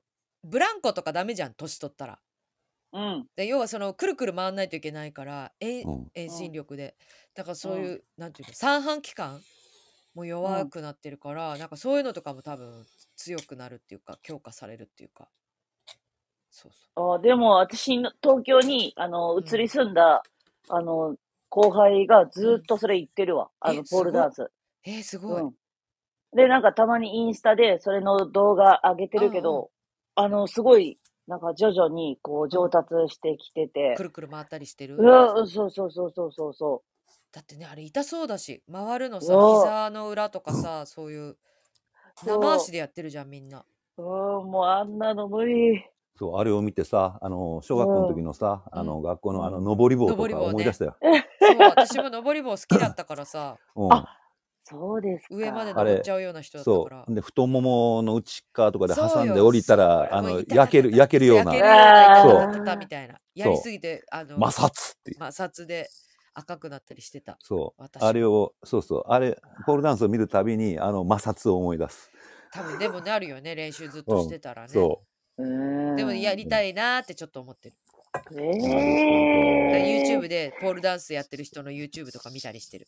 ブランコとかダメじゃん、年取ったら。 うん。 で、要はその、くるくる回んないといけないから、 うん。 遠心力で。だからうそういん。 う、なんていうの、三半規管もう弱ん。 くなってるから、なんかそういうのとかも多分強くなるっていうか、強化されるっていうか。そうそでも私の東京に、 う。 移り住んだ、後輩がずっとそれ言ってるわ。ポーすごっ。 ルダンス。 すごい。 うん。で、なんかたまにインスタでそれの動画上げてうんうん。 るけど、すごい、なんか徐々にこううん。 上達してきてくて、 るくる回ったりしてる。 そうそうそうそうそうそだってね、あれ痛そうだし、回るのう。 さ、膝の裏とかさ、そういう生足そでやってるじゃん、みんな。 う。もうあんなの無理。 そう、あれを見てさ、小学校の時のさ、学校の登り棒とか思い出したよ。 そう、私も登り棒好きだったからさ、 うん。 そうです上までか。 登っちゃうような人だったかそら。 う。で、太ももの内側とかでそう挟んでよ、 降りたら、 そう。もう焼けるような。 焼けるようなあ痛ーたみたいな。やりすぎて、 摩擦っていう。 摩擦で赤くなったりしてた。 そう。 私もあれを、そうそう。あれ、ポールダンスを見るたびに、摩擦を思い出す。 多分でもなるよね、練習ずっとしてたらね。 そでもやりたいなーってちょっと思ってる。 う。なるほど。 YouTube でポールダンスやってる人の YouTube とか見たりしてる。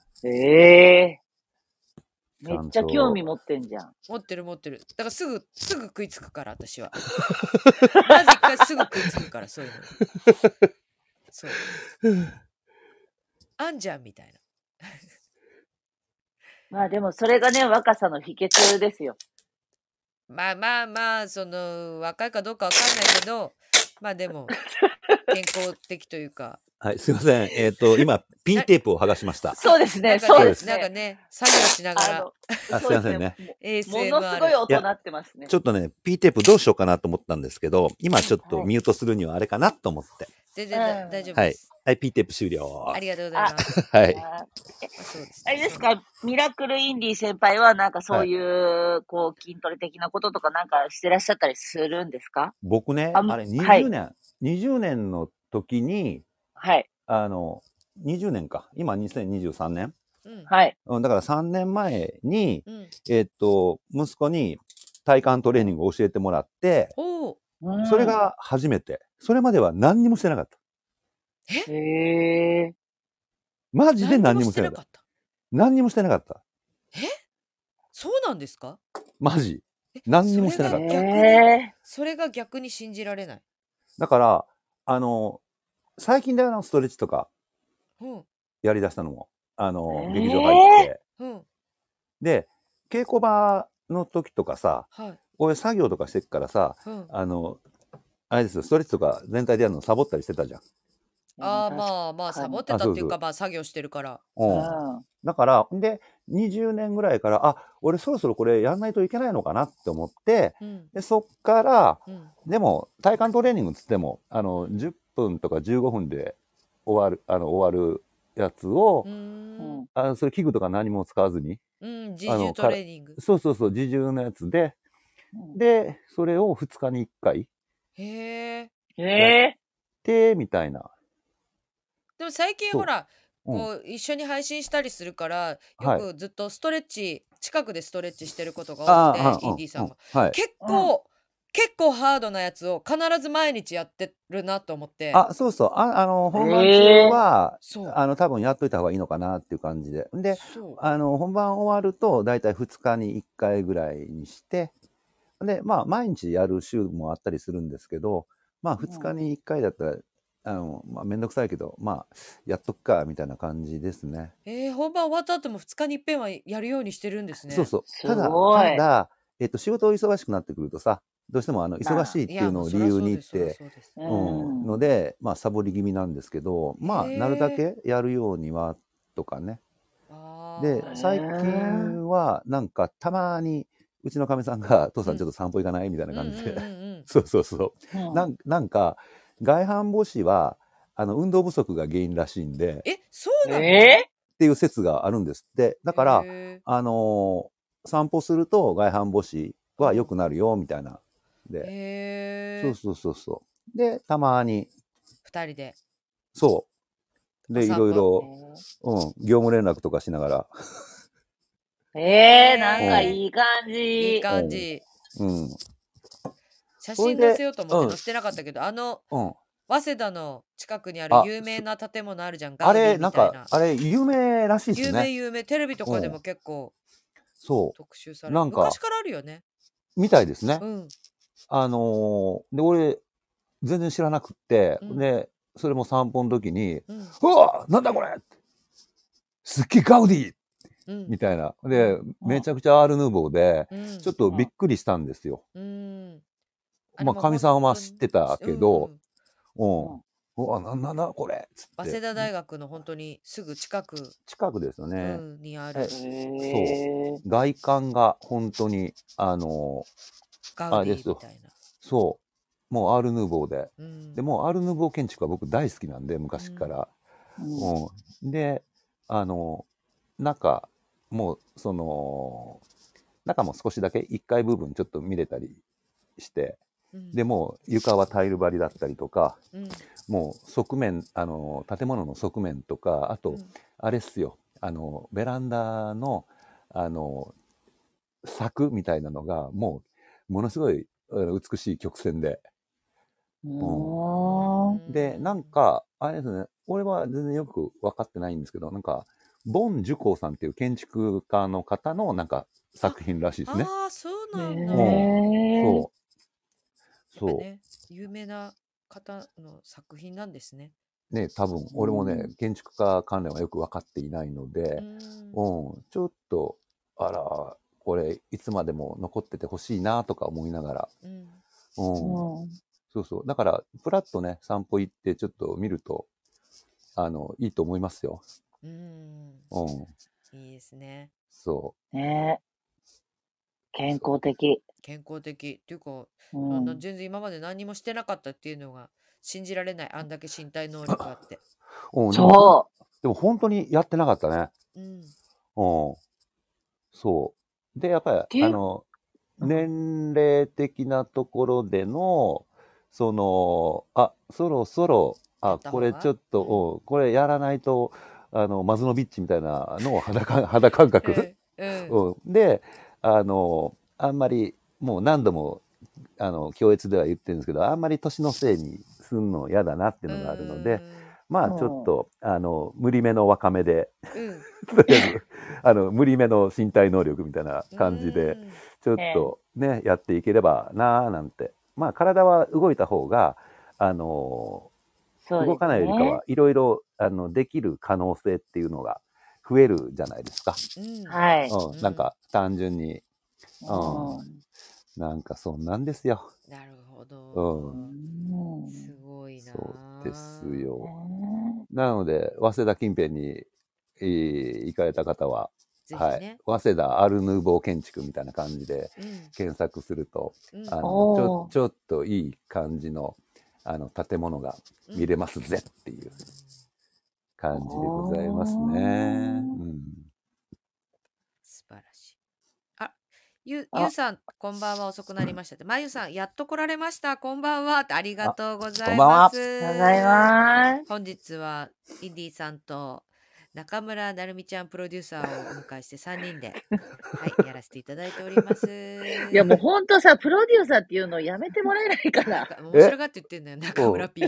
めっちゃ興味持ってんじゃん。 持ってる。だからすぐ食いつくから、私は。まず一回すぐ食いつくから、そういうの。そう。あんじゃんみたいな。 まあでもそれがね、若さの秘訣ですよ。 まあ、その、若いかどうかわかんないけど、まあでも、健康的というか。 はい、すいません。今、P テープを剥がしました。 そうですね、 なんかねそうですね。 なんかね、作業しながら。 すいませんね。 ものすごい音鳴ってますね。 ちょっとね、P テープどうしようかなと思ったんですけど、今ちょっとミュートするにはあれかなと思って。 全然大丈夫です。 はい、P テープ終了。 ありがとうございます。 はい。 あれですか、ミラクルインディ先輩はなんかそういう、こう、筋トレ的なこととかなんかしてらっしゃったりするんですか？ 僕ね、あれ20年の時に、 はい。 20年か。今2023年。 はい。 だから3年前に、息子に体幹トレーニングを教えてもらって、それが初めて。それまでは何にもしてなかった。マジで何にもしてなかった。何にもしてなかった。 そうなんですか？ マジ。何にもしてなかった。 それが逆に信じられない。 だから、最近だよな、ストレッチとか、やりだしたのも。劇場入って。で、稽古場の時とかさ、こういう作業とかしてっからさ、あれですよ、ストレッチとか全体でやるのサボったりしてたじゃん。 まあ、サボってたっていうか、まあ、作業してるから。 だから、で、20年ぐらいから、俺そろそろこれやんないといけないのかなって思って、で、そっから、でも、体幹トレーニングっつっても、10分とか15分で終わるやつを、それ器具とか何も使わずに、 自重トレーニング。 そう、自重のやつで、で、それを2日に1回。やって、みたいな。 でも最近ほら、こう一緒に配信したりするから、よくずっとストレッチ、近くでストレッチしてることが多くて、インディーさんが。結構ハードなやつを必ず毎日やってるなと思って。 そうそう。本番中は、多分やっといた方がいいのかなっていう感じで。で、本番終わると、だいたい2日に1回ぐらいにして、で、まあ、毎日やる週もあったりするんですけど、まあ、2日に1回だったら、めんどくさいけど、まあ、やっとくか、みたいな感じですね。 本番終わった後も2日に一遍はやるようにしてるんですね。 そうそう。ただ、仕事忙しくなってくるとさ、どうしても忙しいっていうのを理由にって、ので、まあ、サボり気味なんですけど、まあ、なるだけやるようには、とかね。で、最近は、なんか、たまに、うちのかみさんが、父さんちょっと散歩行かないみたいな感じで。そう。なんか、外反母趾は、運動不足が原因らしいんで。 そうなの？ っていう説があるんですって。だから、散歩すると外反母趾は良くなるよ、みたいな。で。そう。で、たまに。 2人で。 そう。で、いろいろ、業務連絡とかしながら。 なんかいい感じ。 いい感じ。 写真載せようと思って載せてなかったけど、早稲田の近くにある有名な建物あるじゃん、ガウディみたいな。 あれ、有名らしいですね。 有名。テレビとかでも結構、特集される。 昔からあるよね。 みたいですね。で、俺、全然知らなくって、で、それも散歩の時に、うわなんだこれすっげえガウディみたいな。で、めちゃくちゃアール・ヌーボーで、ちょっとびっくりしたんですよ。まあ、かみさんは知ってたけど、うわ、なんだこれつって。 早稲田大学の本当にすぐ近くですよね。 にある。 そう。外観が本当に、 ガウディみたいな。 そう。もうアール・ヌーボーで。で、もうアール・ヌーボー建築は僕大好きなんで、昔から。で、中も中も少しだけ1階部分ちょっと見れたりして、でもう床はタイル張りだったりとか、もう側面建物の側面とか、あと、あれっすよ、ベランダの柵みたいなのがもうものすごい美しい曲線で、でなんかあれですね、俺は全然よく分かってないんですけど、なんかボン・ジュコーさんっていう建築家の方のなんか作品らしいですね。 ああ、そうなんだ。 そう。 ね、有名な方の作品なんですね。 ね、多分俺もね、建築家関連はよく分かっていないので、ちょっとこれいつまでも残っててほしいなとか思いながら、そうそう。だからプラッとね散歩行ってちょっと見るといいと思いますよ。 いいですね。 そう。 ね。健康的。 健康的っていうか、全然今まで何もしてなかったっていうのが信じられない。あんだけ身体能力あって。 そう。 でも本当にやってなかったね。そう。で、やっぱり年齢的なところでのそろそろこれちょっと、これやらないとマズノビッチみたいなのを肌感覚であんまりもう何度も教越では言ってるんですけど、あんまり年のせいにすんの嫌だなっていうのがあるので、まあちょっと無理めの若めで、とりあえず無理めの身体能力みたいな感じでちょっとねやっていければなーなんて。まあ体は動いた方が動かないよりかはいろいろできる可能性っていうのが増えるじゃないですか。なんか単純に、なんかそんなんですよ。 なるほど。すごいな。 そうですよ。なので早稲田近辺に行かれた方は、早稲田アルヌーボー建築みたいな感じで検索すると、ちょっといい感じの建物が見れますぜっていう感じでございますね。 素晴らしい。ゆうさん、こんばんは、遅くなりました。まゆさん、やっと来られました。こんばんは。ありがとうございます。本日はインディさんと中村なるみちゃんプロデューサーをお迎えして3人で、やらせていただいております。 いや、もうほんとさ、プロデューサーっていうのをやめてもらえないかな。 面白がって言ってんだよ、中村 P って。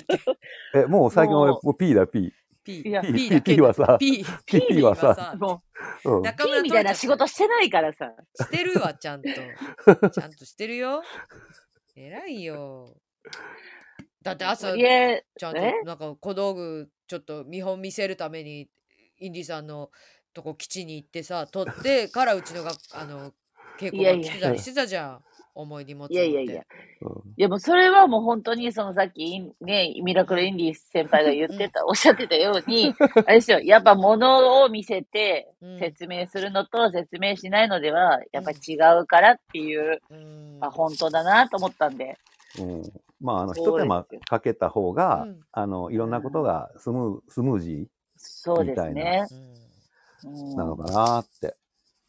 もう最近俺、もう P だ、P。 P はさ、 P はさ、中村 P みたいな仕事してないからさ。 してるわ、ちゃんと。ちゃんとしてるよ。偉いよ。だって朝、ちゃんとなんか小道具ちょっと見本見せるためにインディさんのとこ基地に行ってさ、取ってからうちのが稽古が来てたりしてたじゃん。重い荷物持って。 いやもうそれはもう本当にそのさっきね、ミラクルインディ先輩が言ってた、おっしゃってたように、あれですよ、やっぱ物を見せて説明するのと説明しないのでは、やっぱり違うからっていう、本当だなと思ったんで。 まあ、一手間かけた方が、いろんなことがスムージーみたいな、なのかなって。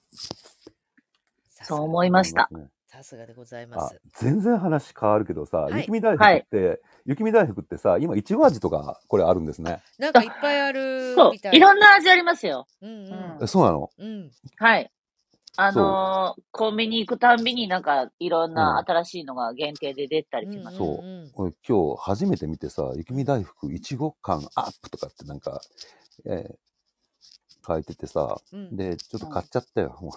そう思いました。 さすがでございます。 全然話変わるけどさ、雪見大福ってさ、今いちご味とかこれあるんですね。 なんかいっぱいあるみたい。 いろんな味ありますよ。 そうなの？ はい。 コンビニ行くたんびになんかいろんな新しいのが限定で出たりします。 そう。これ今日初めて見てさ、雪見大福いちご感アップとかってなんか、書いててさ、で、ちょっと買っちゃったよ。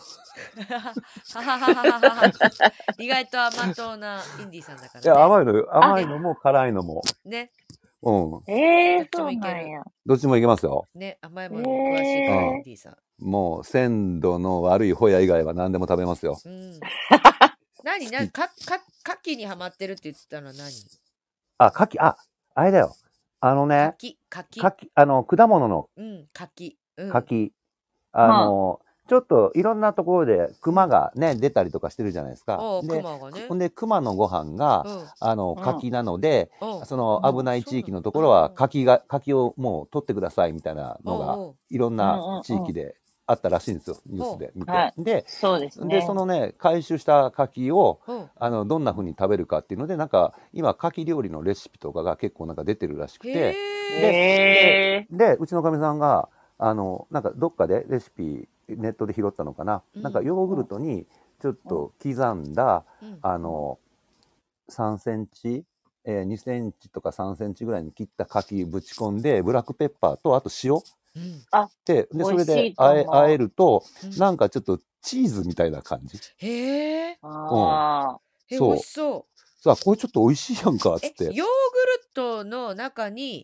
意外と甘党なインディーさんだからね。 いや、甘いのも辛いのも。 ね。 うん。 どっちもいける。 どっちもいけますよ。 ね、甘いものも詳しいから、インディーさん。 もう、鮮度の悪いホヤ以外は何でも食べますよ。 何牡蠣にハマってるって言ってたのは何？ 牡蠣、あれだよ。 牡蠣。 果物の。 柿。 柿。ちょっといろんなところで熊がね、出たりとかしてるじゃないですか。 熊がね。 で、熊のご飯が、柿なので、その危ない地域のところは、柿をもう取ってくださいみたいなのが、いろんな地域であったらしいんですよ、ニュースで見て。で、 そうですね。 で、そのね、回収した柿を、どんな風に食べるかっていうので、なんか、今、柿料理のレシピとかが結構なんか出てるらしくて、で、うちのかみさんが、なんかどっかでレシピ、ネットで拾ったのかな、なんかヨーグルトにちょっと刻んだ、3センチ、2センチとか3センチぐらいに切った柿ぶち込んで、ブラックペッパーと、あと塩。で、それで和えると、なんかちょっとチーズみたいな感じ。 へえ。 そう。 美味しそう。 さあ、これちょっと美味しいやんか、つって。 ヨーグルトの中に、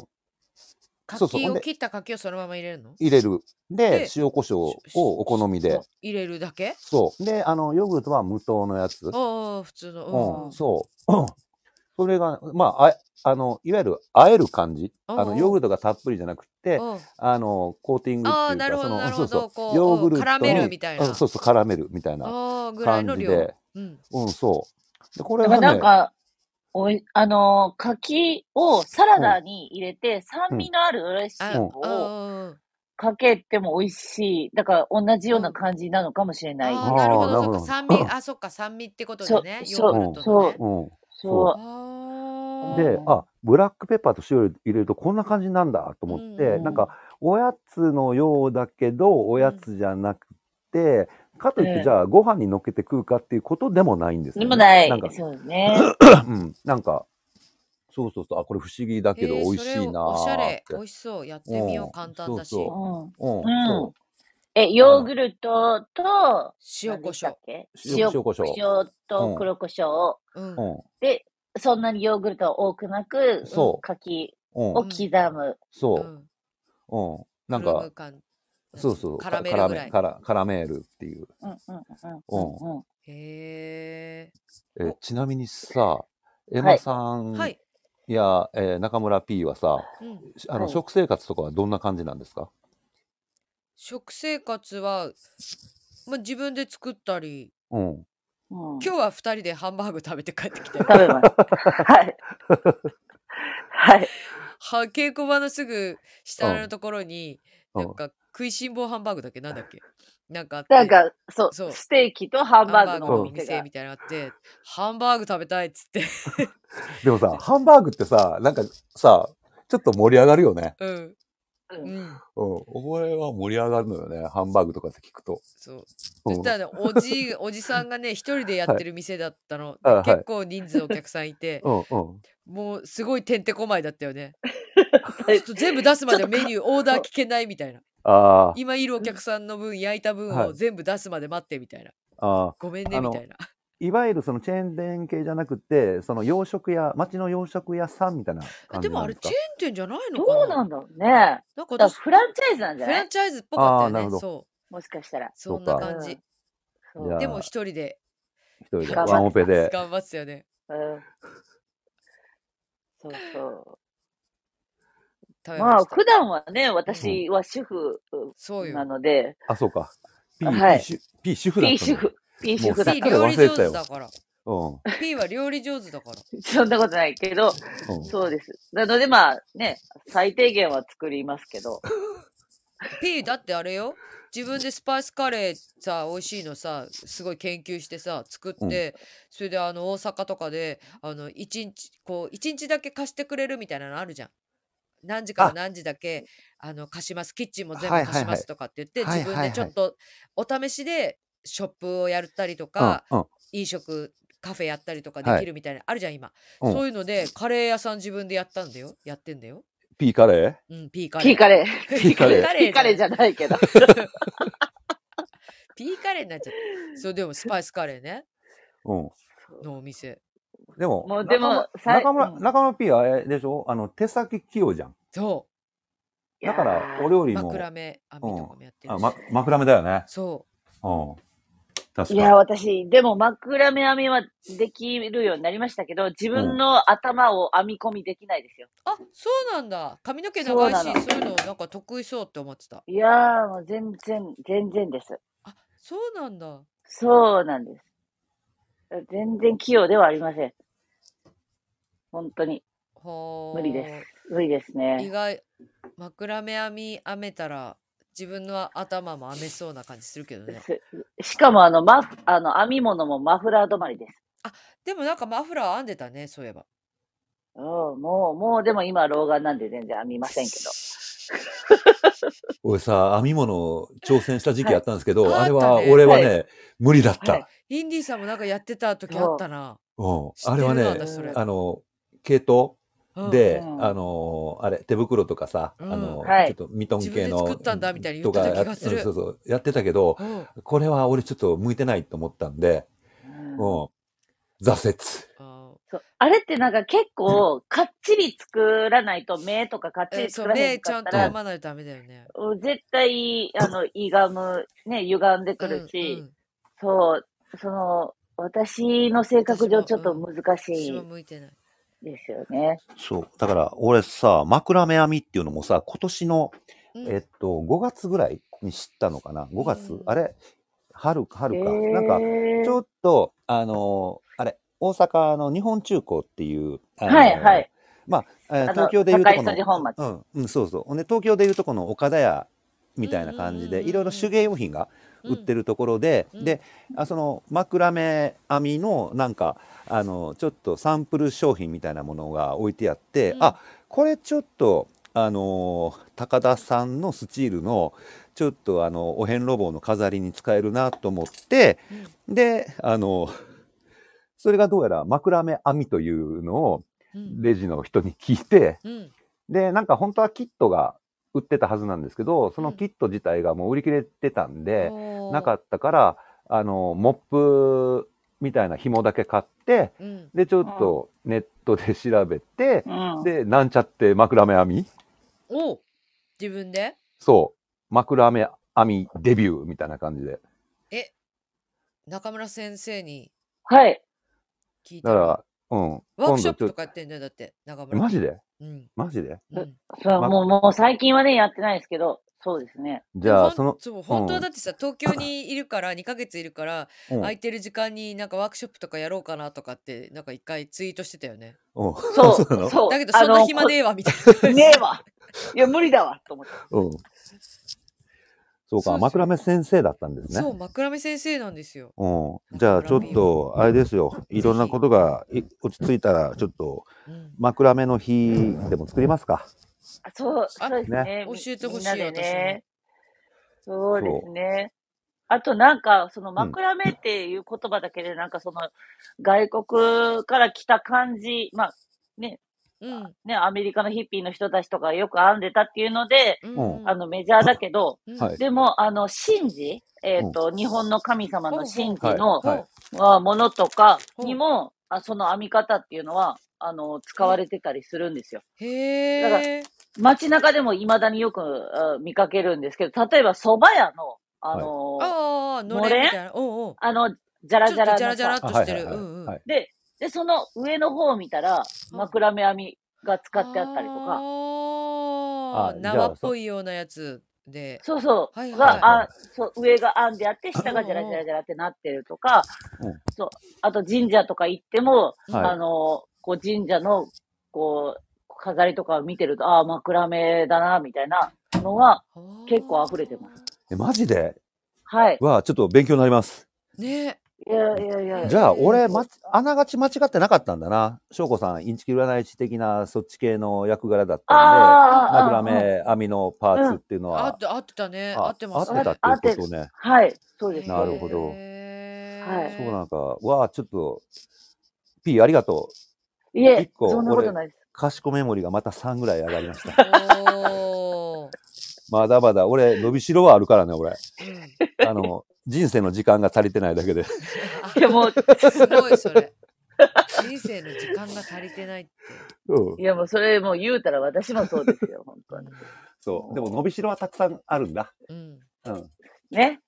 切った柿をそのまま入れるの？ 入れる。で、塩コショウをお好みで。 入れるだけ？ そう。で、ヨーグルトは無糖のやつ。 普通の。 そう。それが、まあ、いわゆる、和える感じ。ヨーグルトがたっぷりじゃなくて、コーティングっていうか、 そうそう、 ヨーグルトに絡めるみたいな。 そうそう、絡めるみたいな感じで。そう。で、これはね。なんか、柿をサラダに入れて、酸味のあるドレッシングをかけても美味しい。だから同じような感じなのかもしれない。 なるほど、そっか、酸味、そっか、酸味ってことでね、ヨーグルトのね。 そう。で、ブラックペッパーと塩入れるとこんな感じなんだと思って、なんか、おやつのようだけど、おやつじゃなくて、かといってじゃあご飯に乗っけて食うかっていうことでもないんですよね。 でもない。そうですね。 なんか、そうそうそう、これ不思議だけど美味しいな。 おしゃれ、美味しそう。やってみよう、簡単だし。 ヨーグルトと、 塩コショウ。 塩コショウと黒コショウ。で、そんなにヨーグルト多くなく、柿を刻む。 そう。なんか、そうそう。 絡めるぐらい。 絡めるっていう。 へえ。ちなみにさ、エマさんや中村 P はさ、食生活とかはどんな感じなんですか？ 食生活は、自分で作ったり、今日は2人でハンバーグ食べて帰ってきたよ。 食べます。はい。はい。 稽古場のすぐ下のところに、なんか食いしん坊ハンバーグだっけ、なんだっけ、なんかそう、ステーキとハンバーグのお店みたいなのあって、ハンバーグ食べたいっつって。 でもさ、ハンバーグってさ、なんかさ、ちょっと盛り上がるよね。これは盛り上がるのよね、ハンバーグとかって聞くと。 そう。そしたらね、おじさんがね、一人でやってる店だったの。結構人数お客さんいて、もうすごいてんてこまいだったよね。ちょっと全部出すまでメニュー、オーダー聞けないみたいな。今いるお客さんの分、焼いた分を全部出すまで待ってみたいな。ごめんねみたいな。 いわゆるそのチェーン店系じゃなくて、その洋食屋、町の洋食屋さんみたいな感じなんですか？ でもあれチェーン店じゃないのかな？ どうなんだろうね。なんかフランチャイズなんじゃない？ フランチャイズっぽかったよね。そう。 もしかしたら。 そんな感じ。でも一人で。 ワンオペで。 頑張ってたよね。 そうそう。まあ、普段はね、私は主婦なので。 そうか。P 主婦だった。 P 主婦だから。P 料理上手だから。P は料理上手だから。 そんなことないけど、そうです。なのでまあね、最低限は作りますけど。 P だってあれよ。自分でスパイスカレーさ、美味しいのさ、すごい研究してさ、作って、それで大阪とかで、一日だけ貸してくれるみたいなのあるじゃん。何時から何時だけ貸します、キッチンも全部貸しますとかって言って、自分でちょっとお試しでショップをやったりとうん、 か、 うん。 飲食、カフェやったりとかではい。 きるみたいな、あるじゃん、今。 うん。 そういうので、カレー屋さん自分でやってんだよ。 ピーカレうん、ピーカピーレカレー。 ー。 ピーカレー。 ピーカレーじゃないけど。 ピーカレーになっちゃった。そう、でもスパイスカレーね。 うん。 のお店。 でも、 もうでも、 中村 P はあれでしょ、手先器用じゃん。 そだから、お料う。 理も。 枕目編みとかもやってるし。 枕目だよね。 そうん。確かに。 いや、私、でも枕目編みはできるようになりましたけど、自分の頭を編み込みできないですよ。 あ、そうなんだ。髪の毛長いし、そういうのなんか得意そうって思ってた。 いやー、もう全然です。 あ、そうなんだ。 そうなんです。全然器用ではありません。本当に。無理です。無理ですね。 意外、枕目編めたら、自分の頭も編めそうな感じするけどね。 しかも編み物もマフラー止まりです。 あ、でもなんかマフラー編んでたね、そういえば。 もうでも今老眼なんで全然編みませんけど。 俺さ、編み物挑戦した時期あったんですけど、 はい、 あれは、俺はね、はい、無理だった、はい。 インディーさんもなんかやってた時あったな。 あれはね、毛糸で、あれ、手袋とかさ、ちょっとミトン系の。 自分で作ったんだみたいに言ってた気がする。 そう、やってたけど、これは俺ちょっと向いてないと思ったんで、挫折。 あれってなんか結構かっちり作らないと、目とかかっちり作らないと。 目ちゃんと編まないとダメだよね。 絶対、歪んでくるし、私の性格上ちょっと難しい。 私は向いてない。 ですよね。 そう。だから、俺さ、枕目編みっていうのもさ、今年の、5月ぐらいに知ったのかな。5月、あれ春か。なんか、ちょっと、あれ、大阪の日本中高っていう、 はい。 まあ、東京でいうとこの、 そう。で、東京でいうとこの岡田屋みたいな感じで、いろいろ手芸用品が売ってるところで、で、その枕目編みのなんか、ちょっとサンプル商品みたいなものが置いてあって、これちょっと、高田さんのスチールの、ちょっとお遍路棒の飾りに使えるなと思って、で、それがどうやら枕目編みというのをレジの人に聞いて、で、なんか本当はキットが売ってたはずなんですけど、そのキット自体がもう売り切れてたんで、なかったから、モップみたいな紐だけ買って、で、ちょっとネットで調べて、で、なんちゃって枕目編み。 自分で？ そう。枕目編みデビューみたいな感じで。 中村先生に。 はい。 聞いたら。 だから、 ワークショップとかやってんだよ、だって、中村。 マジで？マジで？ もう最近はね、やってないですけど、そうですね。 じゃあ、 本当はだってさ、東京にいるから、2ヶ月いるから、空いてる時間になんかワークショップとかやろうかなとかって、なんか一回ツイートしてたよね。 そう。 だけど、そんな暇ねえわ、みたいな。 ねえわ。いや、無理だわ、と思って。 そうか、枕目先生だったんですね。 そう、枕目先生なんですよ。 じゃあ、ちょっと、あれですよ。いろんなことが落ち着いたら、ちょっと、枕目の日でも作りますか。 そうですね。 教えてほしい、 ね。そうですね。あとなんか、その枕目っていう言葉だけで、なんかその、外国から来た感じ、まあ、ね、アメリカのヒッピーの人たちとかよく編んでたっていうので、メジャーだけど、でも、神事、日本の神様の神事のものとかにも、その編み方っていうのは、使われてたりするんですよ。だから、街中でも未だによく見かけるんですけど、例えば蕎麦屋の、 のれんみたいな。 じゃらじゃらの。 じゃらじゃらっとしてる。 で、その上の方を見たら、枕目編みが使ってあったりとか。 縄っぽいようなやつで。 そう。上が編んであって、下がじゃらじゃらじゃらってなってるとか、そう。あと神社とか行っても、こう神社の、こう、飾りとかを見てると、枕目だな、みたいなのが結構溢れてます。 マジで？ はい。 ちょっと勉強になります。 ね。 いやいやいや。 じゃあ、俺、あながち間違ってなかったんだな。翔子さん、インチキ占い師的なそっち系の役柄だったんで、枕目編みのパーツっていうのは、 合ってたね。合ってま合すね。 ってたっていうことね。 はい、そうです。 なるほど。 はい。 そうなんか、わあ、ちょっと、P ありがとう。 いえ、 1個、 そんなことないです。 賢メモリがまた3ぐらい上がりました。まだまだ、俺、伸びしろはあるからね、俺。人生の時間が足りてないだけで。 いや、もう、 すごい、それ。人生の時間が足りてないって。 いや、もうそれもう言うたら私もそうですよ、本当に。 そう。でも伸びしろはたくさんあるんだ。 ね。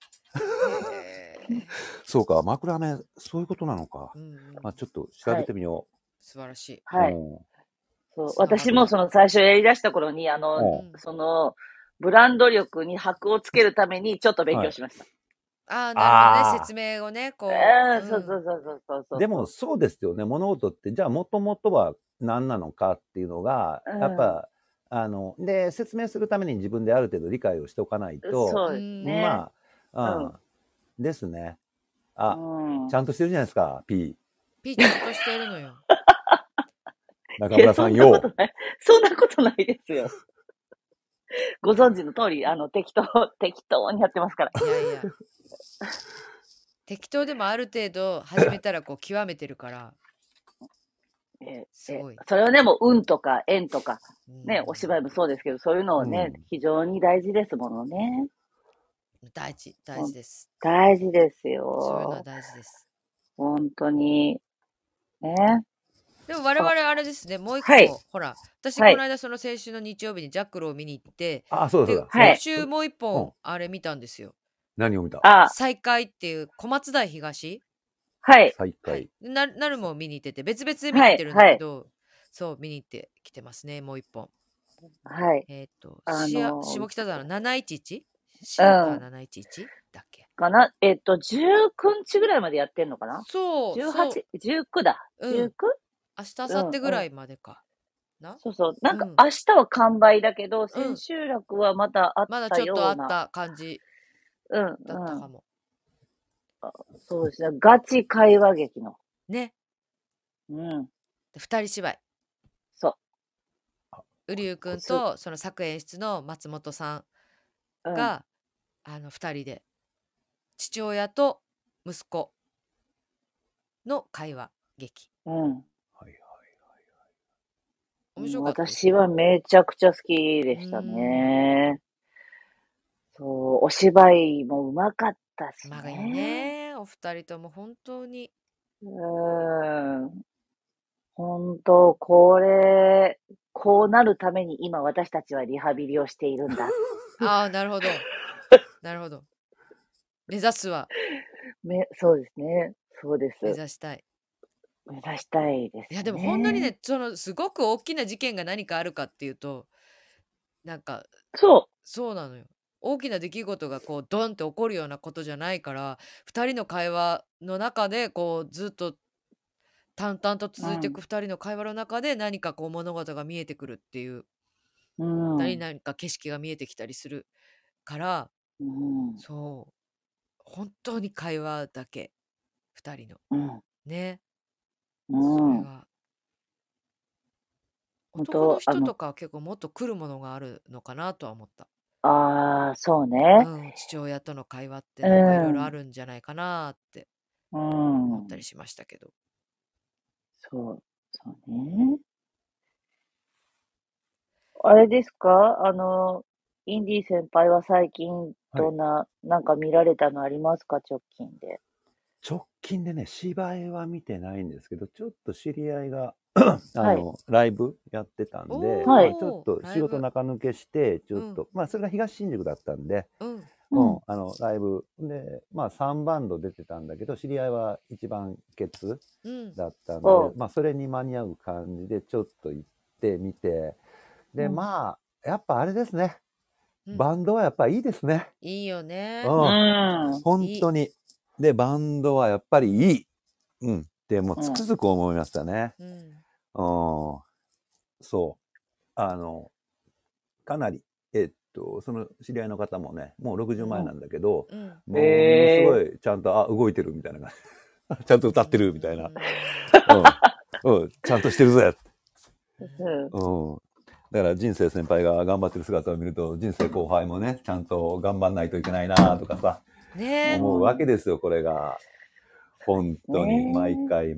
そうか、枕目、そういうことなのか。まあちょっと調べてみよう。素晴らしい。 はい。そう、私もその最初やり出した頃に、その、ブランド力に箔をつけるためにちょっと勉強しました。 なるほどね。説明をね、こう。 そう。 でもそうですよね。物事って、じゃあもともとは何なのかっていうのが、やっぱ、で、説明するために自分である程度理解をしておかないと、 そうですね。 まあ、ですね。あ、ちゃんとしてるじゃないですか、P。 P ちゃんとしてるのよ。 中村さんよ。 そんなことないですよ。ご存知の通り、適当にやってますから。 いやいや。適当でもある程度始めたらこう極めてるから。すごい。 それはね、もう運とか縁とか、ね、お芝居もそうですけど、そういうのをね、非常に大事ですものね。 大事です。 大事ですよ。 そういうのは大事です。 本当に。ね。 でも我々あれですね、もう一個、ほら、私この間その先週の日曜日にジャックルを見に行って、 そうだ。 今週もう一本あれ見たんですよ。 何を見た？ 再会っていう小松台東。 はい。 再会。 なるも見に行ってて、別々で見に行ってるんだけど、そう、見に行ってきてますね、もう一本。 はい。 下北沢の 711？ シアター 711？ だっけかな19日ぐらいまでやってんのかな？ そう。 18、19だ。19？ 明日、明後日ぐらいまでかな。 そうそう。なんか明日は完売だけど、千秋楽はまだあったような。 まだちょっとあった感じだったかも。 そうですね。ガチ会話劇の。 ね。二人芝居。 そう。 瓜生くんとその作演出の松本さんが、二人で父親と息子の会話劇。面白かった。 私はめちゃくちゃ好きでしたね。そう、お芝居もうまかったしね。 うまいね。お二人とも本当に。 本当、こうなるために今私たちはリハビリをしているんだ。 ああ、なるほど。なるほど。目指すは。 そうですね。そうです。 目指したい。 目指したいですね。 いや、でも本当にね、すごく大きな事件が何かあるかっていうと、なんか、そうなのよ。大きな出来事がこうドンって起こるようなことじゃないから、2人の会話の中でこうずっと淡々と続いていく2人の会話の中で何かこう物事が見えてくるっていう、何か景色が見えてきたりするから、そう本当に会話だけ2人の、ね、それが男の人とかは結構もっと来るものがあるのかなとは思った。 ああ、そうね。 父親との会話ってなんかいろいろあるんじゃないかなって思ったりしましたけど。 そうね。あれですか？インディ先輩は最近なんか見られたのありますか？直近で。 直近でね、芝居は見てないんですけど、ちょっと知り合いがライブやってたんで、ちょっと仕事中抜けして、ちょっと、まあ、それが東新宿だったんで、ライブで、まあ、3バンド出てたんだけど、知り合いは一番ケツだったんで、まあ、それに間に合う感じで、ちょっと行ってみて、で、まあ、やっぱあれですね。バンドはやっぱいいですね。 いいよね。 本当に。で、バンドはやっぱりいい。でもつくづく思いましたね。そう。かなり、その知り合いの方もね、もう60前なんだけど、ものすごいちゃんと、動いてるみたいな感じ。 ちゃんと歌ってるみたいな。ちゃんとしてるぜ。だから人生先輩が頑張ってる姿を見ると、人生後輩もね、ちゃんと頑張んないといけないなとかさ、思うわけですよ、これが。本当に、毎回。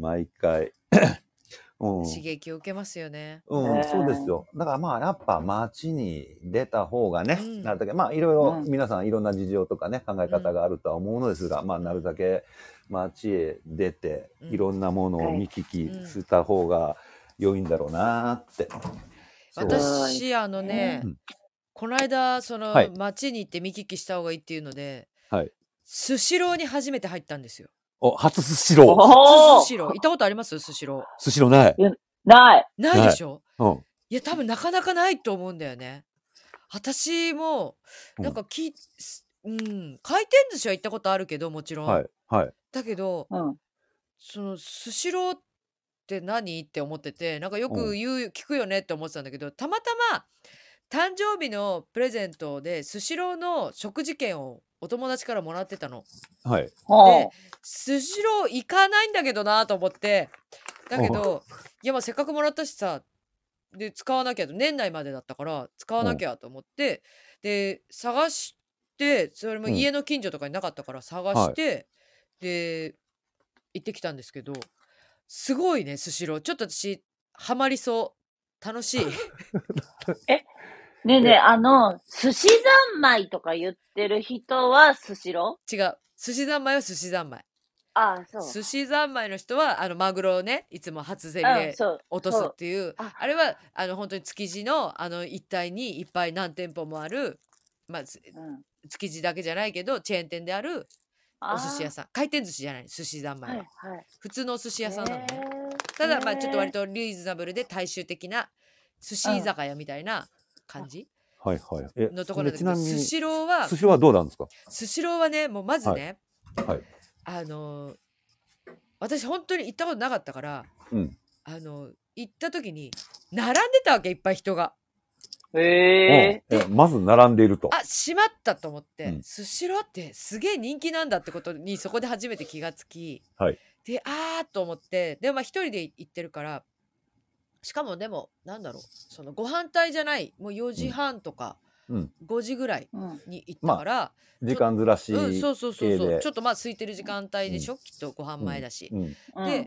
刺激を受けますよね。 そうですよ。だからまあ、やっぱ街に出た方がね、なるだけ、まあ、いろいろ、皆さんいろんな事情とかね、考え方があるとは思うのですが、まあ、なるだけ街へ出て、いろんなものを見聞きした方が良いんだろうなって。 私、この間、その、街に行って見聞きした方がいいっていうので、スシローに初めて入ったんですよ。 初スシロー。 初スシロー。行ったことありますスシロー。 スシローない。 ないでしょ。いや、多分なかなかないと思うんだよね。私も、なんか回転寿司は行ったことあるけど、もちろん。だけど、そのスシローって何って思ってて、なんかよく聞くよねって思ってたんだけど、たまたま誕生日のプレゼントでスシローの食事券をお友達からもらってたの。で、スシロー行かないんだけどなと思って、だけど、いやまあせっかくもらったしさ、で使わなきゃと、年内までだったから使わなきゃと思って、で探して、それも家の近所とかになかったから探して、で行ってきたんですけど、すごいねスシロー。ちょっと私ハマりそう。楽しい。 ねえねえ、寿司三昧とか言ってる人はスシロー？違う。寿司三昧は寿司三昧。 そう。 寿司三昧の人はマグロをね、いつも初競りで落とすっていう、あれは本当に築地の一帯にいっぱい何店舗もある、まあ、築地だけじゃないけどチェーン店であるお寿司屋さん。回転寿司じゃない、寿司三昧は。普通のお寿司屋さんなのね。ただまあちょっと割とリーズナブルで大衆的な寿司居酒屋みたいな感じのところなんだけど、スシローはどうなんですか？ スシローはね、もうまずね、私本当に行ったことなかったから、行った時に並んでたわけ、いっぱい人が。 まず並んでいると。 閉まったと思って、スシローってすげえ人気なんだってことにそこで初めて気がつき、でと思って、でもまあ一人で行ってるから、しかもでもなんだろう、そのご飯帯じゃない、もう4時半とか5時ぐらいに行ったから、 時間ずらしそうちょっとまあ空いてる時間帯でしょ、きっとご飯前だし。で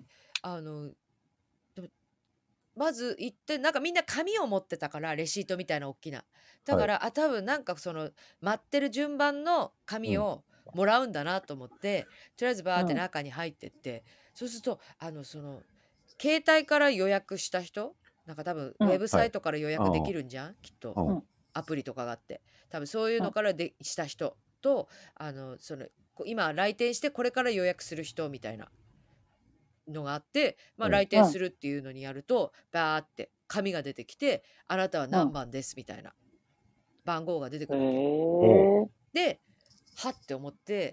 まず行って、なんかみんな紙を持ってたから、レシートみたいな大きな。だから、多分なんかその待ってる順番の紙をもらうんだなと思って、とりあえずバーって中に入ってって、そうするとその携帯から予約した人、なんか多分ウェブサイトから予約できるんじゃん、きっと。アプリとかがあって、多分そういうのからした人と、その今来店してこれから予約する人みたいなのがあって、まあ、来店するっていうのにやると、バーって紙が出てきて、あなたは何番ですみたいな番号が出てくるわけ。で、はって思って、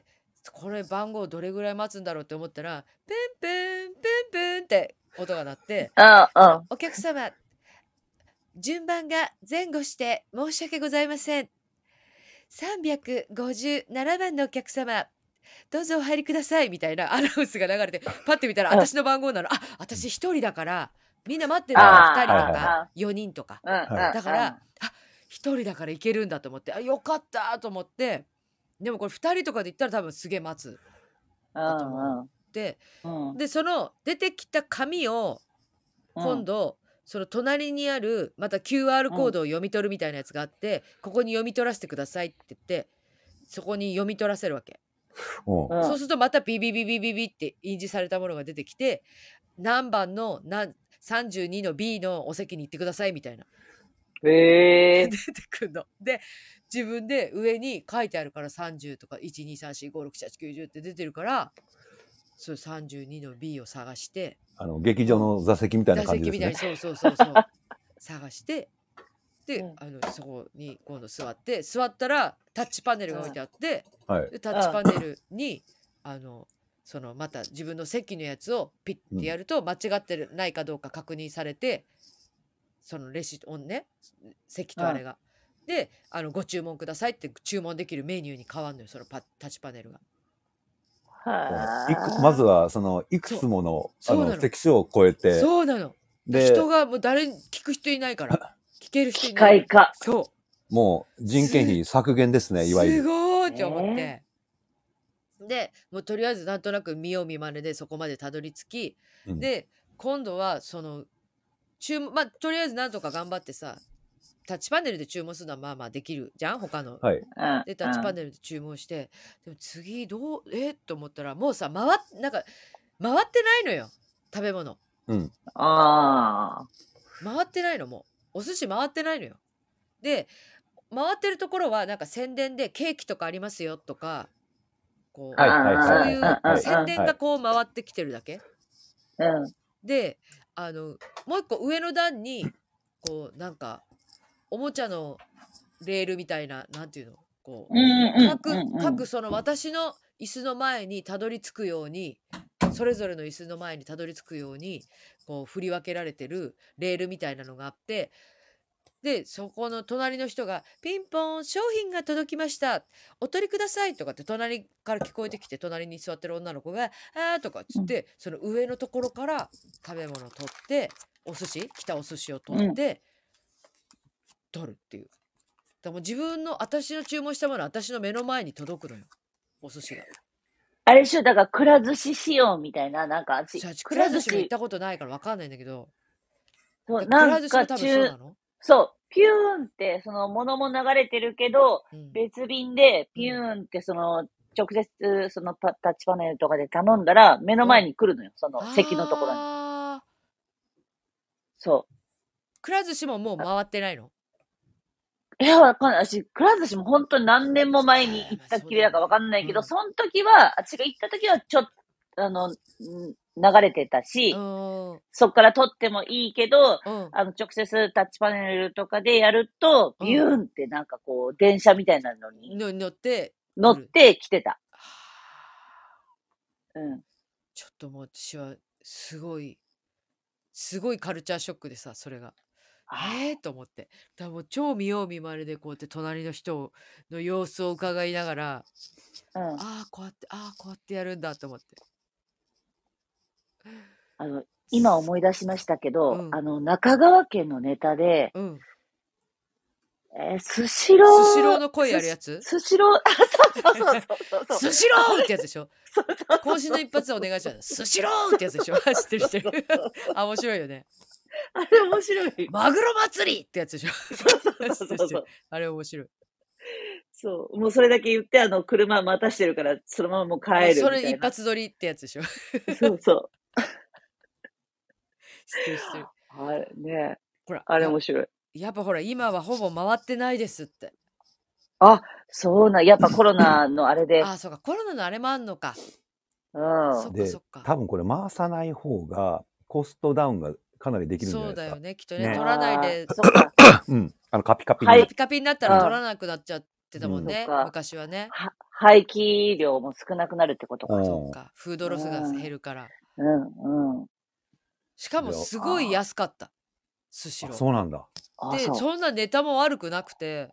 これ番号どれぐらい待つんだろうって思ったら、プンプンプンプンって音が鳴って、お客様、順番が前後して申し訳ございません。357番のお客様、どうぞお入りくださいみたいなアナウンスが流れて、パッて見たら私の番号なの。私一人だからみんな待ってるの2人とか4人とかだから、一人だから行けるんだと思って、よかったと思って。でもこれ2人とかで行ったら多分すげえ待つだと思って、でその出てきた紙を今度その隣にあるまた QR コードを読み取るみたいなやつがあって、ここに読み取らせてくださいって言って、そこに読み取らせるわけ。そうするとまたビビビビビビって印字されたものが出てきて、何番の32の B のお席に行ってくださいみたいな。出てくるの。で自分で上に書いてあるから30とか12345678910って出てるから、そう32の B を探して、 劇場の座席みたいな感じですね。 座席みたいにそう探して、でそこに今度座ったらタッチパネルが置いてあって、でタッチパネルにそのまた自分の席のやつをピッてやると、間違ってないかどうか確認されて、そのレシートね、席とあれが、でご注文くださいって注文できるメニューに変わるのよ、そのタッチパネルが。 まずは、いくつもの、関所を越えて。 そうなの。で、人がもう聞く人いないから。聞ける人いない。機械化。 そう。 もう、人件費削減ですね、いわゆる。 すごーって思って。で、もうとりあえずなんとなく見よう見まねでそこまでたどり着き、で、今度は、まあ、とりあえずなんとか頑張ってさ、タッチパネルで注文するのはまあまあできるじゃん他の。 はい。 で、タッチパネルで注文して、でも次と思ったら、もうさ、なんか、回ってないのよ。食べ物。回ってないの、もう。お寿司回ってないのよ。で、回ってるところはなんか宣伝でケーキとかありますよとか、こう、そういう宣伝がこう回ってきてるだけ。で、もう一個上の段に、こう、なんか、おもちゃのレールみたいな、なんていうの、こう、各その私の椅子の前にたどり着くように、それぞれの椅子の前にたどり着くように、こう振り分けられてるレールみたいなのがあって、で、そこの隣の人が、ピンポン、商品が届きました。お取りくださいとかって隣から聞こえてきて、隣に座ってる女の子が、あーとかっつって、その上のところから食べ物を取って、来たお寿司を取って、取るっていう。でも私の注文したものは私の目の前に届くのよ。お寿司が。 あれでしょ、だからくら寿司仕様みたいな、なんか、 くら寿司も行ったことないから分かんないんだけど。 そう、なんかそう、ピューンって、その物も流れてるけど、別便でピューンって直接そのタッチパネルとかで頼んだら、目の前に来るのよ、その席のところに。そう。 くら寿司ももう回ってないの？ いや、わかんない。私、くら寿司も本当に何年も前に行ったっきりだかわかんないけど、その時は、私が行った時はちょっと、流れてたし、そっから撮ってもいいけど、直接タッチパネルとかでやると、ビューンってなんかこう、電車みたいなのに乗って来てた。 ちょっともう私はすごいカルチャーショックでさ、それが。と思って。だからもう超見よう見まねでこうやって隣の人の様子を伺いながら、こうやってやるんだと思って。 今思い出しましたけど、中川家のネタで、スシローの声やるやつ？ スシロー、そう。 スシローってやつでしょ？渾身の一発お願いします。スシローってやつでしょ？知ってる。あ、面白いよね。 あれ面白い。 マグロ祭りってやつでしょ？ そう。 あれ面白い。 そう。もうそれだけ言って、車待たしてるから、そのままもう帰るみたいな。 それ一発撮りってやつでしょ？ そう。 知ってる。 あれね。あれ面白い。 やっぱほら、今はほぼ回ってないですって。 あ、そうな。やっぱコロナのあれで。 あ、そうか。コロナのあれもあんのか。 そっか。多分これ回さない方がコストダウンがかなりできるんじゃないですか。 そうだよね。きっとね。取らないで。 カピカピに。カピカピになったら取らなくなっちゃってたもんね。昔はね。 廃棄量も少なくなるってことか。 そうか。フードロスが減るから。 うん。 しかもすごい安かった。スシロー。 そうなんだ。 で、そんなネタも悪くなくて。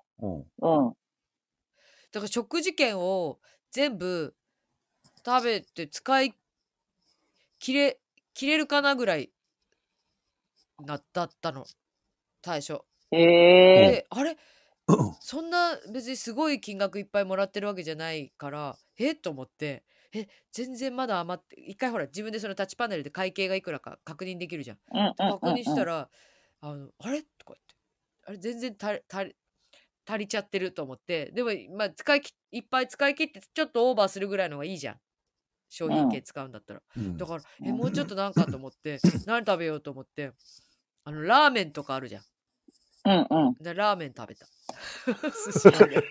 だから食事券を全部食べて使い切れるかなぐらいだったの。最初。で、あれそんな別にすごい金額いっぱいもらってるわけじゃないから、と思って、全然まだ余って、一回ほら自分でそのタッチパネルで会計がいくらか確認できるじゃん。確認したら、あれとか言って、あれ全然足りちゃってると思って、でも、まあ、いっぱい使い切ってちょっとオーバーするぐらいのがいいじゃん。商品券使うんだったら。だから、もうちょっとなんかと思って、何食べようと思って、ラーメンとかあるじゃん。でラーメン食べた。寿司屋で。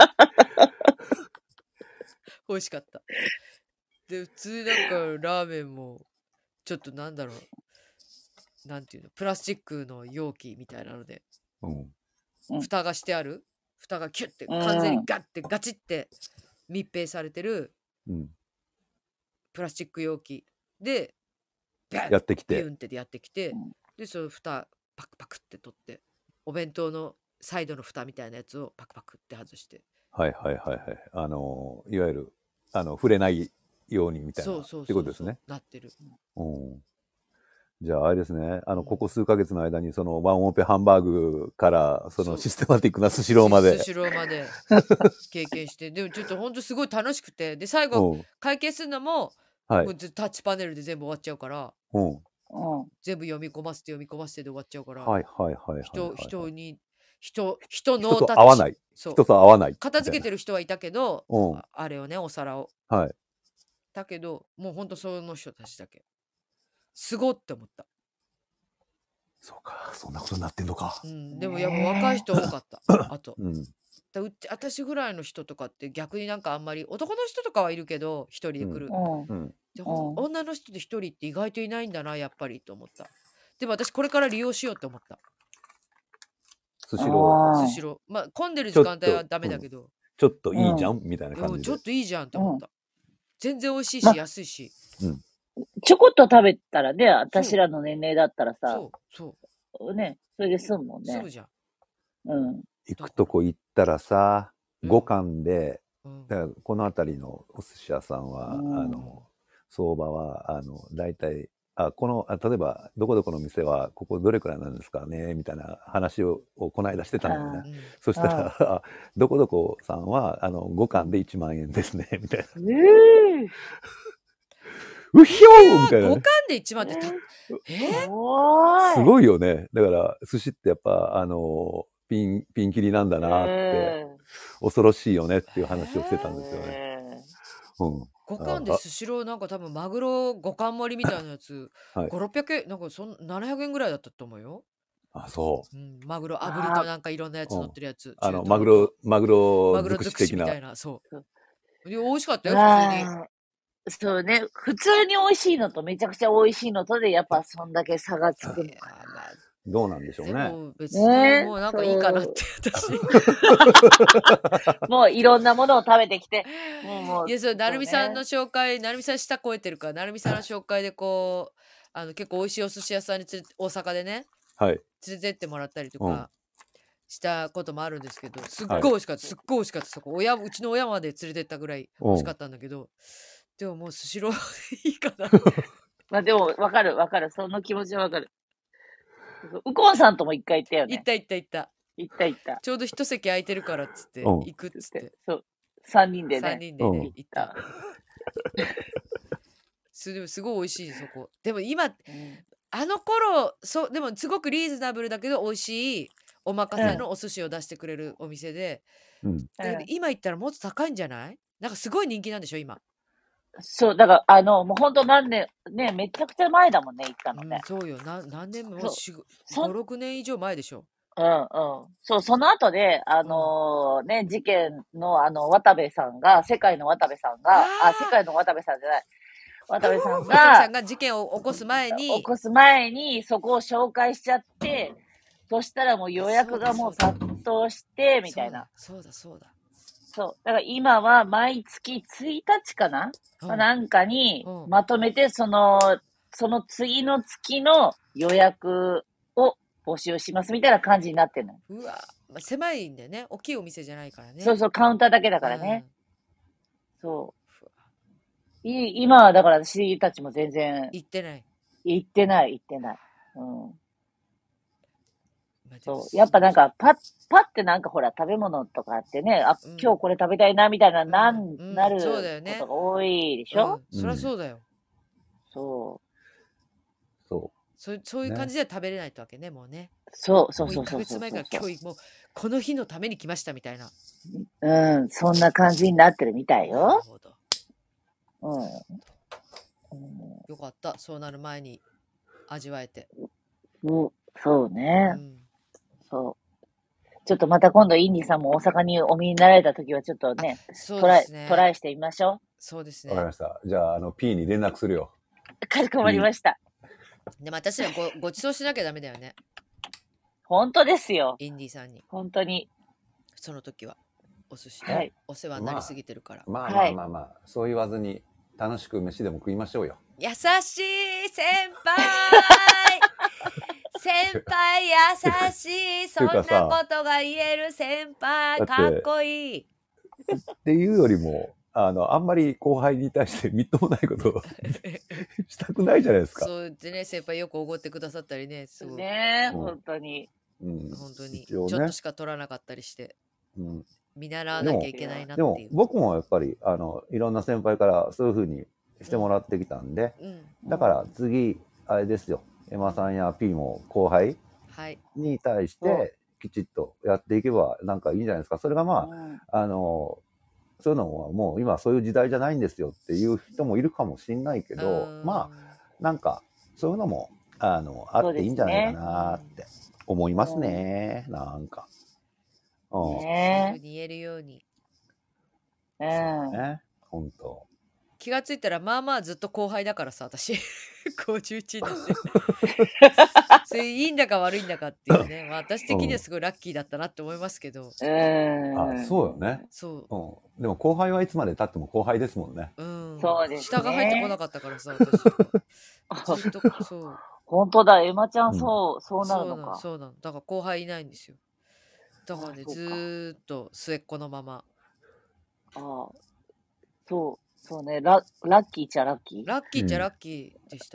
美味しかった。で、普通なんかラーメンも、ちょっとなんだろう。なんていうの、プラスチックの容器みたいなので、蓋がしてある、蓋がキュッて完全にガチって密閉されてる、プラスチック容器で、 やってきて。 ビュンってやってきて、で、その蓋、パクパクって取って、お弁当のサイドの蓋みたいなやつをパクパクって外して。 いわゆる触れないようにみたいなってことですね。 なってる。 じゃああれですね、ここ数ヶ月の間にそのワンオペハンバーグからそのシステマティックなスシローまで経験して、でもちょっと本当すごい楽しくて、で最後会計するのも、もうタッチパネルで全部終わっちゃうから、全部読み込ませてで終わっちゃうから、人のと合わない、人と合わない、 片付けてる人はいたけど、あれをね、お皿を、だけどもう本当その人たちだけすごって思った。 そうか、そんなことになってんのか。 でもやっぱ若い人多かった。あと、私ぐらいの人とかって逆になんかあんまり、男の人とかはいるけど一人で来る、女の人で一人って意外といないんだなやっぱりと思った。でも私これから利用しようと思った。スシロー、まあ混んでる時間帯はダメだけど、 ちょっといいじゃんみたいな感じで、 ちょっといいじゃんって思った。全然美味しいし安いし、 ちょこっと食べたらね、私らの年齢だったらさ、ね、それで済むもんね。 すぐじゃん。 行くとこ行ったらさ、5貫で、だからこの辺りのお寿司屋さんは、相場は大体例えばどこどこの店はここどれくらいなんですかねみたいな話をこの間してたのよね。そしたらどこどこさんは5貫で1万円ですねみたいな。うひょーみたいな、ね。 5貫で1万ってすごいよね。だから寿司ってやっぱピンキリなんだなって恐ろしいよねっていう話をしてたんですよね。 5貫でスシローなんか多分マグロ5貫盛りみたいなやつ、5、600円なんか700円ぐらいだったと思うよ。 あ、そう。 マグロ炙りとなんかいろんなやつ乗ってるやつ。 マグロ尽くし的な。 みたいな、そう。で美味しかったよ普通に。 そうね、普通に美味しいのとめちゃくちゃ美味しいのとでやっぱそんだけ差がつくのかな。 どうなんでしょうね。 でも別にもうなんかいいかなって私。 もういろんなものを食べてきて、 いやそう成美さんの紹介、成美さん舌超えてるから、成美さんの紹介でこう結構美味しいお寿司屋さんに大阪でね、連れてってもらったりとかしたこともあるんですけど、すっごい美味しかった、すっごい美味しかった。そこうちの親まで連れてったぐらい美味しかったんだけど、でももうスシローでいいかなって。 まあでもわかるその気持ちはわかる。右近さんとも一回行ったよね。 行ったちょうど一席空いてるからっつって行くっつって、 そう3人でね行った。すごい美味しいそこ。でも今、あの頃でもすごくリーズナブルだけど美味しいおまかせのお寿司を出してくれるお店で、だけど今行ったらもっと高いんじゃない？なんかすごい人気なんでしょ今。 そうだからもう本当何年ね、めちゃくちゃ前だもんね行ったのね。 そうよ、何年も5、6年以上前でしょ。 そう、その後で、ね、事件の渡部さんが、世界の渡部さんが、世界の渡部さんじゃない。渡部さんが事件を起こす前に、そこを紹介しちゃって、そしたらもう予約がもう殺到して、みたいな。 そうだ。 そう。だから今は毎月1日かな、なんかに、まとめて、その次の月の予約を募集しますみたいな感じになってるの。 うわ、狭いんだよね。大きいお店じゃないからね。 そう、カウンターだけだからね。そう。今はだから私たちも全然。行ってない。そう。やっぱなんか、パッてなんかほら、食べ物とかってね、今日これ食べたいなみたいな、なることが多いでしょ？ そりゃそうだよ。 そういう感じで食べれないってわけね、もうね。 そう。 1ヶ月前から今日もうこの日のために来ましたみたいな。 そんな感じになってるみたいよ。なるほど。 よかった、そうなる前に味わえて。 そうね。そう。ちょっとまた今度インディさんも大阪にお見になられた時はちょっとね、トライしてみましょう。 そうですね。 わかりました。じゃあP に連絡するよ。 かしこまりました。 でも私らごちそうしなきゃダメだよね。 本当ですよ。 インディさんに。 本当に。 その時はお寿司でお世話になりすぎてるから。 まあ、そう言わずに楽しく飯でも食いましょうよ。 優しい先輩先輩優しい、そんなことが言える先輩かっこいい。 っていうよりもあんまり後輩に対してみっともないことをしたくないじゃないですか。 そうでね、先輩よくおごってくださったりね、すごい。 ね、本当に。 本当に、 一応ねちょっとしか取らなかったりして、見習わなきゃいけないなってでもいう。 僕もやっぱりいろんな先輩からそういう風にしてもらってきたんで、だから次あれですよ、エマさんや P も後輩に対してきちっとやっていけばなんかいいんじゃないですか。それがまあ、そういうのはもう今そういう時代じゃないんですよっていう人もいるかもしれないけど、まあなんかそういうのもあっていいんじゃないかなって思いますね。なんか。 ね、言えるように。 ね、本当。 気がついたらまあまあずっと後輩だからさ、私51なんでそれいいんだか悪いんだかっていうね、まあ、私的にはすごいラッキーだったなって思いますけど、 あ、そうよね。そう、でも後輩はいつまで経っても後輩ですもんね。 そうですね。 下が入ってこなかったからさ、私ずっとそう。 本当だ、エマちゃん、そうなるのか。 そうなの。だから後輩いないんですよ。だからね、ずーっと末っ子のまま。 そうね、ラッキーっちゃラッキー。 ラッキーっちゃラッキーでした。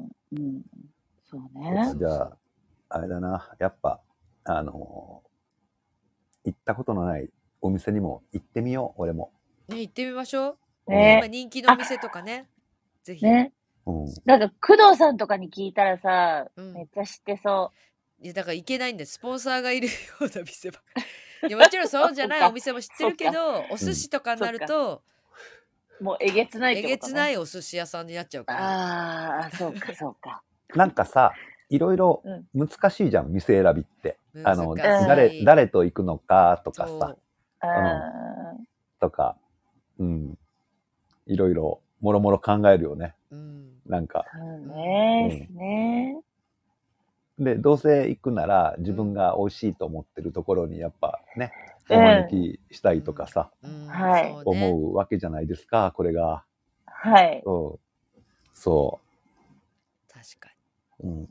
そうね。 じゃあ、あれだな、やっぱ、行ったことのないお店にも行ってみよう、俺も。 ね、行ってみましょう。今人気のお店とかね、ぜひ。 ね。なんか、工藤さんとかに聞いたらさ、めっちゃ知ってそう。 いや、だから行けないんで、スポンサーがいるような店ばっかり。いや、もちろんそうじゃないお店も知ってるけど、お寿司とかになると、 もうえげつないってことね。 えげつないお寿司屋さんになっちゃうから。 ああ、そうか、そうか。 なんかさ、いろいろ難しいじゃん、店選びって。誰と行くのかとかさ。とか、いろいろ、もろもろ考えるよね。なんか。 そうね。 で、どうせ行くなら、自分が美味しいと思ってるところに、やっぱね、お招きしたいとかさ、思うわけじゃないですか、これが。 はい。 そう。 確かに。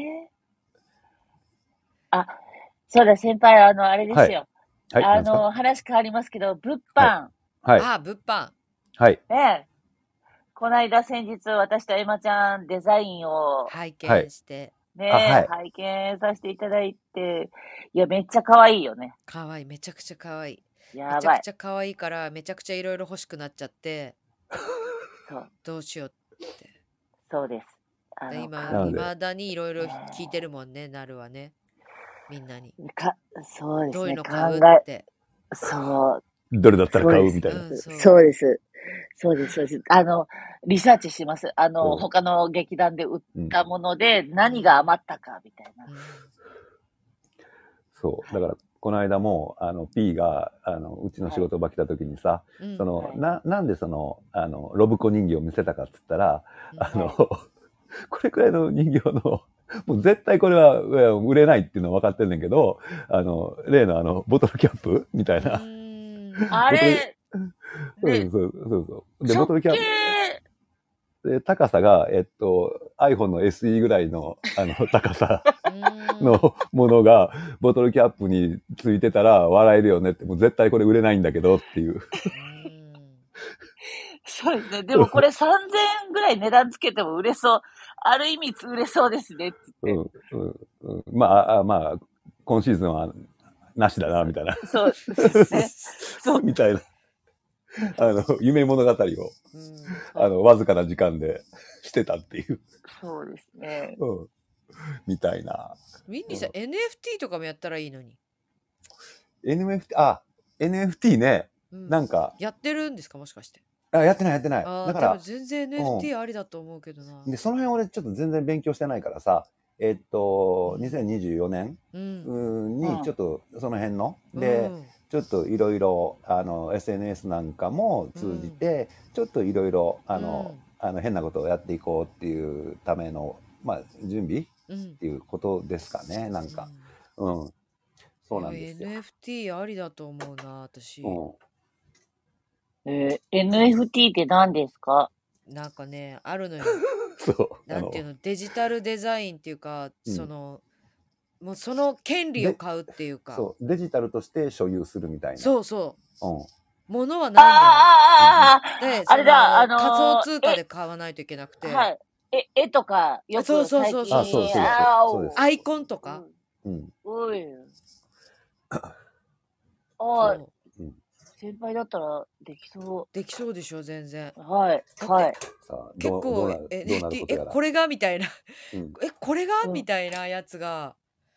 そうだ、先輩、あれですよ。話変わりますけど、物販。 物販。 はい。 この間、先日、私とエマちゃん、デザインを拝見して。 拝見させていただいて、いや、めっちゃ可愛いよね。 可愛い、めちゃくちゃ可愛い。 めちゃくちゃ可愛いから、めちゃくちゃいろいろ欲しくなっちゃって、どうしようって。 そうです。 未だにいろいろ聞いてるもんね、なるわね。みんなに。 そうですね。 どういうの買うって。 そう。 どれだったら買うみたいな。 そうです。リサーチします。他の劇団で売ったもので何が余ったかみたいな。 そう。だから、この間も、P が、うちの仕事場来た時にさ、なんでロブコ人形を見せたかっつったら、これくらいの人形の、もう絶対これは売れないっていうのは分かってんねんけど、例のボトルキャップみたいな。 あれそう。で、ボトルキャップ。で、高さが、iPhone の SE ぐらいの、高さのものが、ボトルキャップについてたら笑えるよねって、もう絶対これ売れないんだけどっていう。 そうですね。でもこれ3000円ぐらい値段つけても売れそう。ある意味売れそうですね。 まあ、今シーズンはなしだな、みたいな。 そうですね。 そうみたいな。夢物語を、わずかな時間でしてたっていう。 そうですね。 みたいな。 ウィンリーさん、NFT とかもやったらいいのに。 NFT ね。なんか。 やってるんですか、もしかして。 やってない。だから。 全然 NFT ありだと思うけどな。 で、その辺俺ちょっと全然勉強してないからさ、2024年にちょっとその辺の、で、ちょっといろいろSNS なんかも通じて、ちょっといろいろ変なことをやっていこうっていうための、まあ、準備っていうことですかね、なんか。そうなんですよ。 NFT ありだと思うな、私。 NFT って何ですか？ なんかね、あるのよ。 そう。 なんていうの、デジタルデザインっていうか、もうその権利を買うっていうか。 そう、デジタルとして所有するみたいな。 そう。 物はないんだよ。で、 あれだ、 仮想通貨で買わないといけなくて。 はい。絵とか、よくそうそう最そうそう。 近、 そうです。 アイコンとか。 おい。先輩だったらできそう。 できそうでしょ、全然。 はい。はい。 結構、これがみたいな。これがみたいなやつが、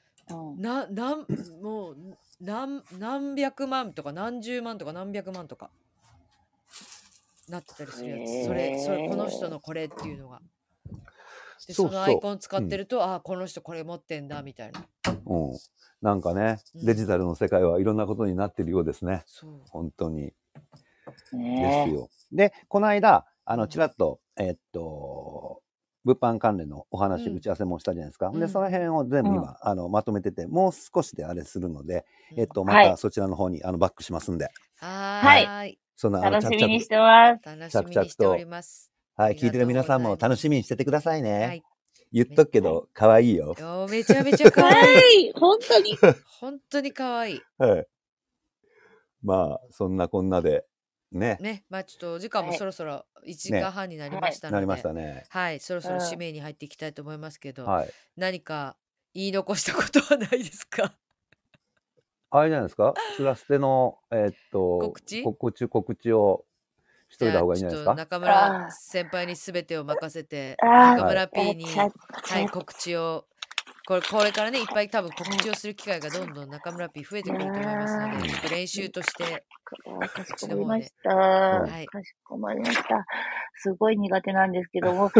もう、何百万とか何十万とか何百万とかなってたりするやつ。それ、この人のこれっていうのが。で、そのアイコン使ってると、この人これ持ってんだみたいな。 なんかね、デジタルの世界はいろんなことになってるようですね。本当に。ですよ。で、この間、ちらっと、物販関連のお話、打ち合わせもしたじゃないですか。で、その辺を全部今、まとめてて、もう少しであれするので、またそちらの方にバックしますんで。 はい。 その楽しみにしてます。 楽しみにしております。 はい、聞いてる皆さんも楽しみにしててくださいね。はい。言っとくけど、可愛いよ。 めちゃめちゃ可愛い。 本当に。 本当に可愛い。 はい。まあ、そんなこんなで、ね。 まあちょっとお時間もそろそろ1時間半になりましたので、 なりましたね。 はい、そろそろ締めに入っていきたいと思いますけど、何か言い残したことはないですか？ あれじゃないですか、スラステの、告知をしといた方がいいんじゃないですか。 中村先輩に全てを任せて、中村 P に、告知を、これからね、いっぱい多分告知をする機会がどんどん中村 P 増えてくると思いますので、ちょっと練習として、 かしこまりました。かしこまりました。すごい苦手なんですけども。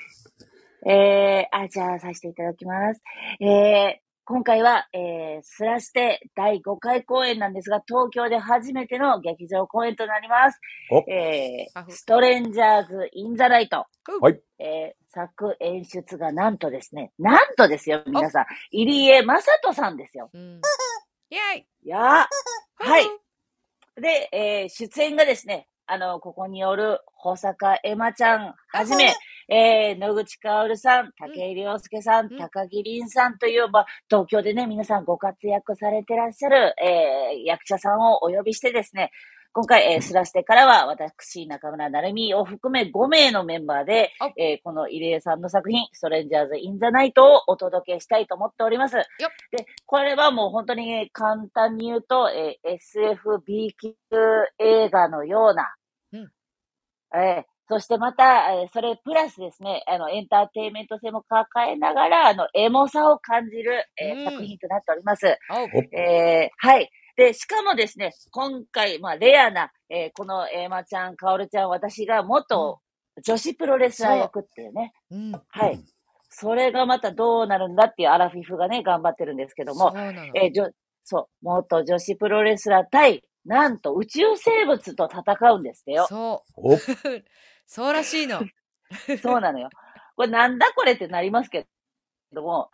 じゃあさせていただきます。今回は、スラステ第5回公演なんですが、東京で初めての劇場公演となります。ストレンジャーズ・イン・ザ・ライト。 はい。 作演出がなんとですね、なんとですよ、皆さん、入江雅人さんですよ。 イェイ！ はい。で、出演がですね、ここによる保坂エマちゃんはじめ、野口薫さん、武井亮介さん、高木凛さんという、東京でね、皆さんご活躍されてらっしゃる、役者さんをお呼びしてですね、今回、スラステからは私、中村成美を含め5名のメンバーで、この入江さんの作品、ストレンジャーズ・イン・ザ・ナイトをお届けしたいと思っております。で、これはもう本当に簡単に言うと、SFB 級映画のような、そしてまた、それプラスですね、エンターテインメント性も抱えながら、エモさを感じる、作品となっております。はい。で、しかもですね、今回、レアな、このエマちゃん、カオルちゃん、私が元女子プロレスラー役っていうね。はい。それがまたどうなるんだっていうアラフィフがね、頑張ってるんですけども、元女子プロレスラー対、なんと宇宙生物と戦うんですよ。 そうらしいの。 そうなのよ。これなんだこれってなりますけども、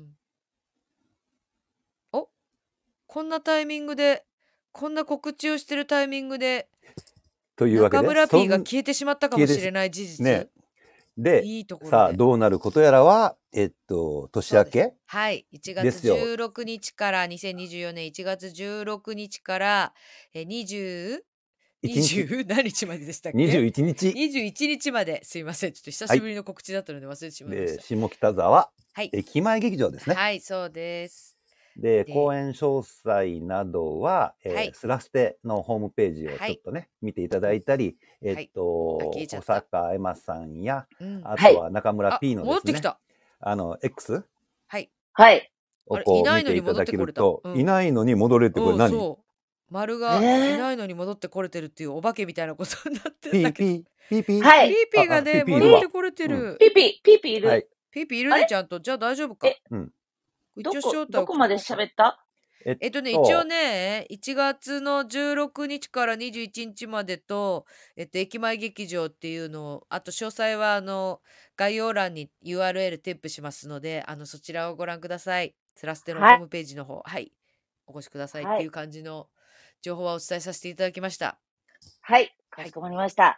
こんなタイミングで、こんな告知をしてるタイミングで、 というわけで、 中村 P が消えてしまったかもしれない事実。 ね。で、 いいところでさあ、どうなることやらは、年明けはい。1月16日から、2024年1月16日から、20何日まででしたっけ？ 21日。 21日まで、すいません。ちょっと久しぶりの告知だったので忘れてしまいました。 下北沢、駅前劇場ですね。 はい、そうです。 で、公演詳細などは、スラステのホームページをちょっとね、見ていただいたり、保坂エマさんや、あとは中村 P のですね、 戻ってきた。 X？ はい。 をこう見ていただけると、いないのに戻れってこれ何？ そう。丸がいないのに戻ってこれてるっていうお化けみたいなことになってるんだけど。 ピーピー。 はい。 ピーピーがね、戻ってこれてる。 ピーピーいる。 ピーピーいるね、ちゃんと。じゃあ大丈夫か。 どこまで喋った？ 一応ね、1月の16日から21日までと、駅前劇場っていうのを、あと詳細は概要欄に URL 添付しますので、そちらをご覧ください。スラステのホームページの方、はい、お越しくださいっていう感じの情報はお伝えさせていただきました。 はい、かしこまりました。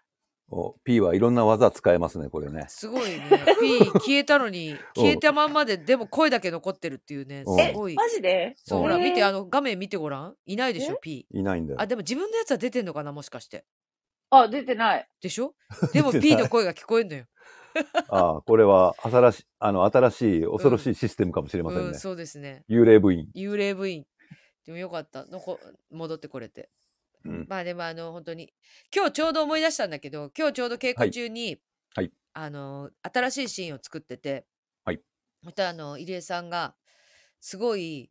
P はいろんな技使えますね、これね。 すごいね。P 消えたのに、消えたまんまで、でも声だけ残ってるっていうね。すごい。 マジで？ そう、ほら、見て、画面見てごらん。いないでしょ、P。 いないんだよ。 あ、でも自分のやつは出てんのかな、もしかして。 あ、出てない。 でしょ？でも P の声が聞こえんのよ。 ああ、これは新しい恐ろしいシステムかもしれませんね。 そうですね。 幽霊部員。 幽霊部員。でもよかった。戻ってこれて。まあでも本当に、今日ちょうど思い出したんだけど、今日ちょうど稽古中に、新しいシーンを作ってて、また入江さんが、すごい、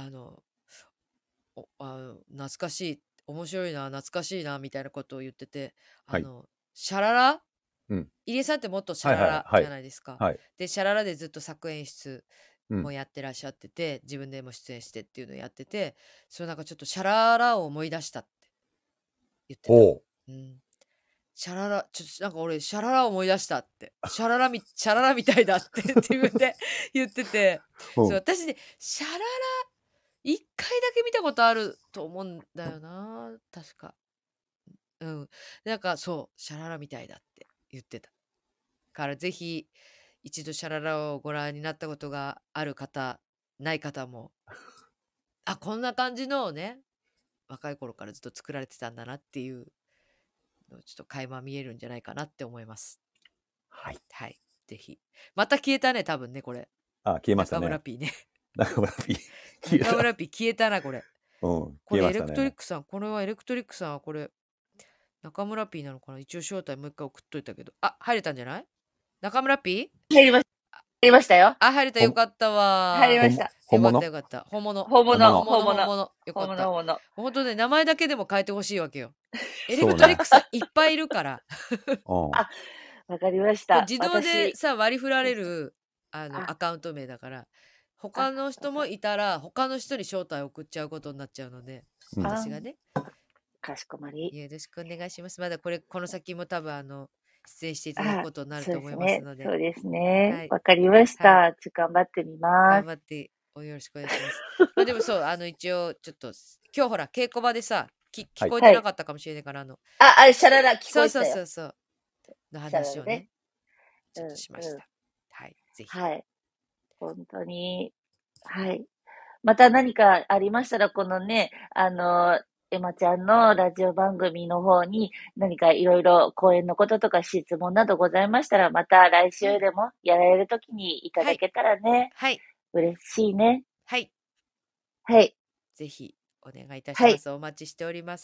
懐かしい、面白いな、懐かしいな、みたいなことを言ってて、シャララ、入江さんってもっとシャララじゃないですか。で、シャララでずっと作演出もやってらっしゃってて、自分でも出演してっていうのをやってて、それなんかちょっとシャララを思い出したって言ってた。シャララ、なんか俺、シャララ思い出したって。シャララみたいだって自分で言ってて、そう、私ね、シャララ、一回だけ見たことあると思うんだよな、確か。なんかそう、シャララみたいだって言ってた。からぜひ、一度シャララをご覧になったことがある方、ない方も、あ、こんな感じのをね、若い頃からずっと作られてたんだなっていうのをちょっと垣間見えるんじゃないかなって思います。はい。はい。ぜひ。また消えたね、多分ね、これ。 あ、消えましたね。 中村 P ね。 中村 P。 中村 P 消えたな、これ。 これエレクトリックさん、これはエレクトリックさんはこれ、中村 P なのかな？一応招待もう一回送っといたけど。あ、入れたんじゃない？中村 P？ 入りましたよ。 あ、入れた、よかったわ。 入りました。 本物？ よかった。本物。 本物。 よかった。本当ね、名前だけでも変えてほしいわけよ。エレクトリックさんいっぱいいるから。 あ、わかりました。 自動でさ、割り振られるアカウント名だから、他の人もいたら、他の人に招待を送っちゃうことになっちゃうので、私がね。 かしこまり。 よろしくお願いします。まだこの先も多分出演していただくことになると思いますので。 そうですね。わかりました。頑張ってみます。 頑張ってよろしくお願いします。まあでもそう、一応ちょっと、今日ほら、稽古場でさ、聞こえてなかったかもしれないから、 シャララ聞こえたよ。 そう。の話をね、ちょっとしました。はい、ぜひ。 はい。本当に。はい。また何かありましたら、このね、エマちゃんのラジオ番組の方に何かいろいろ講演のこととか質問などございましたら、また来週でもやられるときにいただけたらね。 はい。 嬉しいね。 はい。 はい。 ぜひお願いいたします。お待ちしております。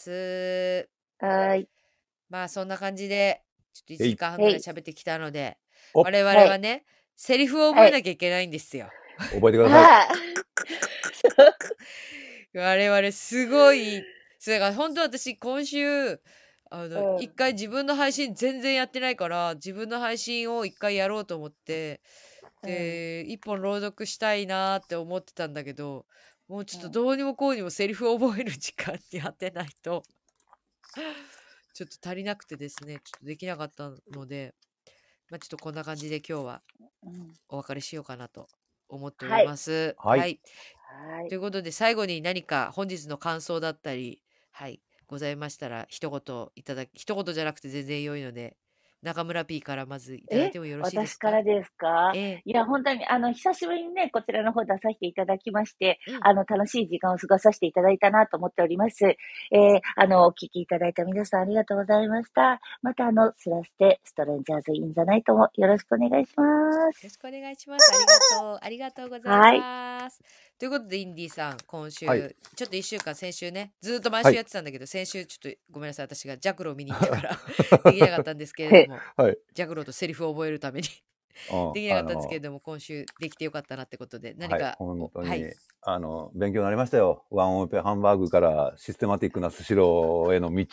はい。 まあそんな感じで、ちょっと1時間半ぐらい喋ってきたので、我々はね、セリフを覚えなきゃいけないんですよ。 覚えてください。 我々すごい、それから本当私今週、一回自分の配信全然やってないから、自分の配信を一回やろうと思って、で、一本朗読したいなって思ってたんだけど、もうちょっとどうにもこうにもセリフを覚える時間に当てないと、ちょっと足りなくてですね、ちょっとできなかったので、まあちょっとこんな感じで今日はお別れしようかなと思っております。はい。ということで最後に何か本日の感想だったり、はい、ございましたら一言じゃなくて全然良いので、中村 P からまずいただいてもよろしいですか？ 私からですか？いや、本当に、久しぶりにね、こちらの方出させていただきまして、楽しい時間を過ごさせていただいたなと思っております。お聞きいただいた皆さんありがとうございました。また、スラステ、ストレンジャーズ・イン・ザ・ナイトもよろしくお願いします。 よろしくお願いします。ありがとうございます。ということで、インディさん、今週、ちょっと1週間、先週ね、ずっと毎週やってたんだけど、先週ちょっとごめんなさい、私がジャクロを見に行ったからできなかったんですけれども、ジャクロとセリフを覚えるためにできなかったんですけれども、今週できてよかったなってことで、何か、 本当に、勉強になりましたよ。ワンオペハンバーグからシステマティックなスシローへの道。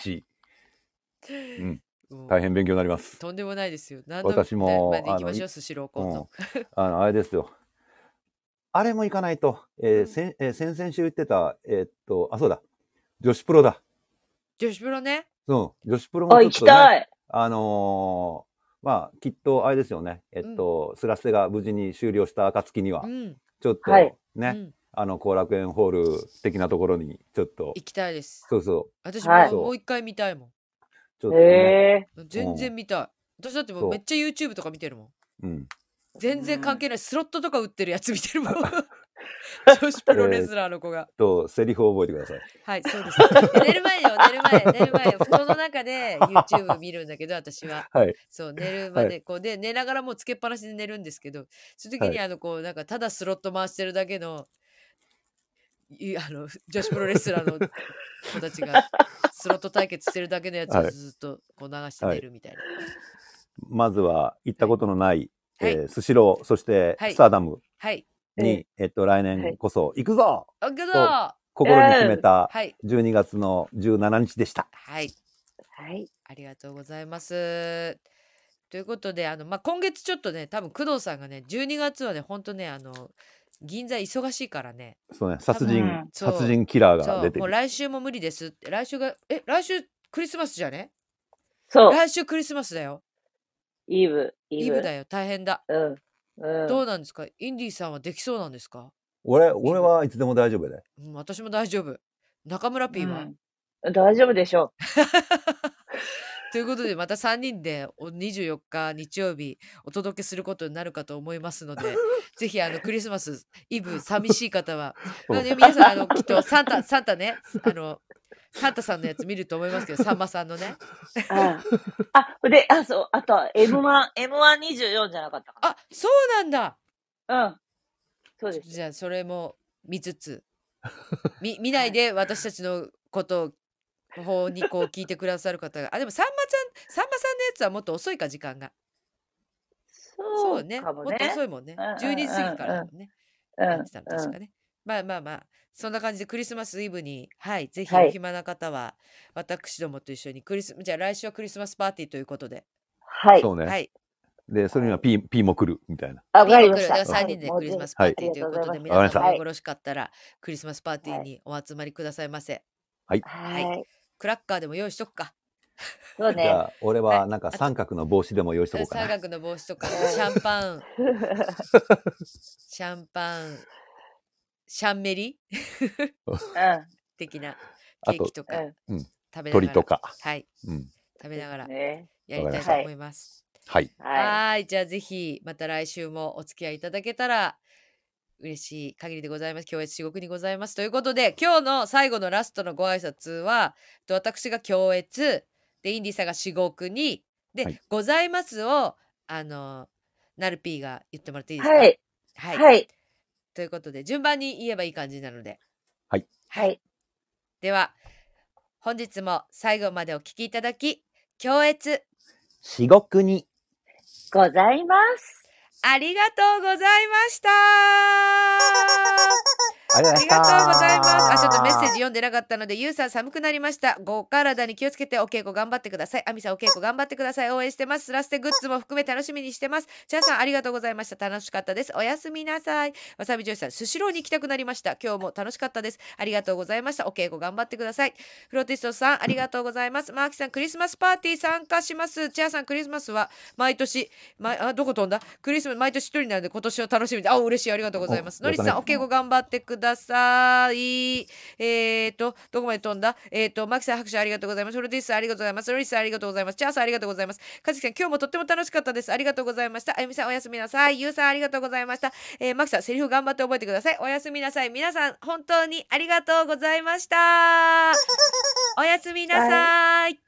大変勉強になります。 とんでもないですよ。 私も、 行きましょう、スシロー今度。 あれですよ。あれも行かないと、先々週言ってた、そうだ、女子プロだ。 女子プロね。 女子プロもちょっとね、 行きたい。 まあ、きっとあれですよね。スラステが無事に終了した暁には、ちょっとね、後楽園ホール的なところにちょっと行きたいです。 そう。 私ももう一回見たいもん。 ちょっとね。 全然見たい。私だってもうめっちゃ YouTube とか見てるもん。 うん。 全然関係ない。スロットとか売ってるやつ見てるもん。女子プロレスラーの子が。 セリフを覚えてください。 はい、そうです。寝る前よ、布団の中で YouTube 見るんだけど、私は。 はい。 そう、寝るまで、こうで、寝ながらもうつけっぱなしで寝るんですけど、その時にこう、なんか、ただスロット回してるだけの、女子プロレスラーの子たちが、スロット対決してるだけのやつをずっとこう流して寝るみたいな。 まずは、行ったことのない、スシロー、そしてスターダムに、来年こそ行くぞ行くぞと心に決めた12月の17日でした。 はい。はい。ありがとうございます。ということで、今月ちょっとね、多分工藤さんがね、12月はね、ほんとね、銀座忙しいからね。 そうね、殺人キラーが出てる。 もう来週も無理ですって。来週クリスマスじゃね？ そう。 来週クリスマスだよ。 イブだよ。大変だ。どうなんですか？インディーさんはできそうなんですか？ 俺はいつでも大丈夫だよ。 私も大丈夫。中村 P は？ 大丈夫でしょう。 ということで、また3人で24日日曜日お届けすることになるかと思いますので、ぜひクリスマスイブ寂しい方は、皆さんきっとサンタね、サンタさんのやつ見ると思いますけど、さんまさんのね。 そう、あとは M124 じゃなかったかな。 あ、そうなんだ。 そうです。 じゃあそれも見つつ、見ないで私たちのことを方にこう聞いてくださる方が、でもさんまさんのやつはもっと遅いか、時間が。そうね。もっと遅いもんね。12時過ぎからだもんね。やってたの確かね。まあ、そんな感じでクリスマスイブに、はい、ぜひお暇な方は、私どもと一緒にじゃあ来週はクリスマスパーティーということで。 はい。 そうね。 はい。 で、それには P も来るみたいな。 わかりました。 3人でクリスマスパーティーということで、皆さんもよろしかったら、クリスマスパーティーにお集まりくださいませ。 はい。 クラッカーでも用意しとくか。 そうね。 じゃあ、俺はなんか三角の帽子でも用意しとこうかな。 三角の帽子とか、シャンパン、シャンメリ的なケーキとか食べながら。 鳥とか。 はい。食べながらやりたいと思います。 はい。 はい。じゃあぜひまた来週もお付き合いいただけたら嬉しい限りでございます。共越至極にございます。ということで、今日の最後のラストのご挨拶は、私が共越で、インディさんが至極にで、ございますをナルピーが言ってもらっていいですか？はい。ということで、順番に言えばいい感じなので。 はい。 はい。では、本日も最後までお聞きいただき、共越至極にございます。 ありがとうございました。 ありがとうございます。 ちょっとメッセージ読んでなかったので、ゆうさん寒くなりました。ご体に気をつけてお稽古頑張ってください。あみさんお稽古頑張ってください。応援してます。ラステグッズも含め楽しみにしてます。チャーさんありがとうございました。楽しかったです。おやすみなさい。わさびジョイさん、スシローに行きたくなりました。今日も楽しかったです。ありがとうございました。お稽古頑張ってください。フロティストさんありがとうございます。マーキさんクリスマスパーティー参加します。チャーさんクリスマスは毎年どこ飛んだ？クリスマス毎年一人なので今年は楽しみで。嬉しい。ありがとうございます。のりさんお稽古頑張ってください。どこまで飛んだ？マキさん拍手ありがとうございます。フロティスさんありがとうございます。ロリスさんありがとうございます。チャーさんありがとうございます。カジキさん今日もとっても楽しかったです。ありがとうございました。あゆみさんおやすみなさい。ゆうさんありがとうございました。マキさんセリフ頑張って覚えてください。おやすみなさい。皆さん本当にありがとうございました。おやすみなさい。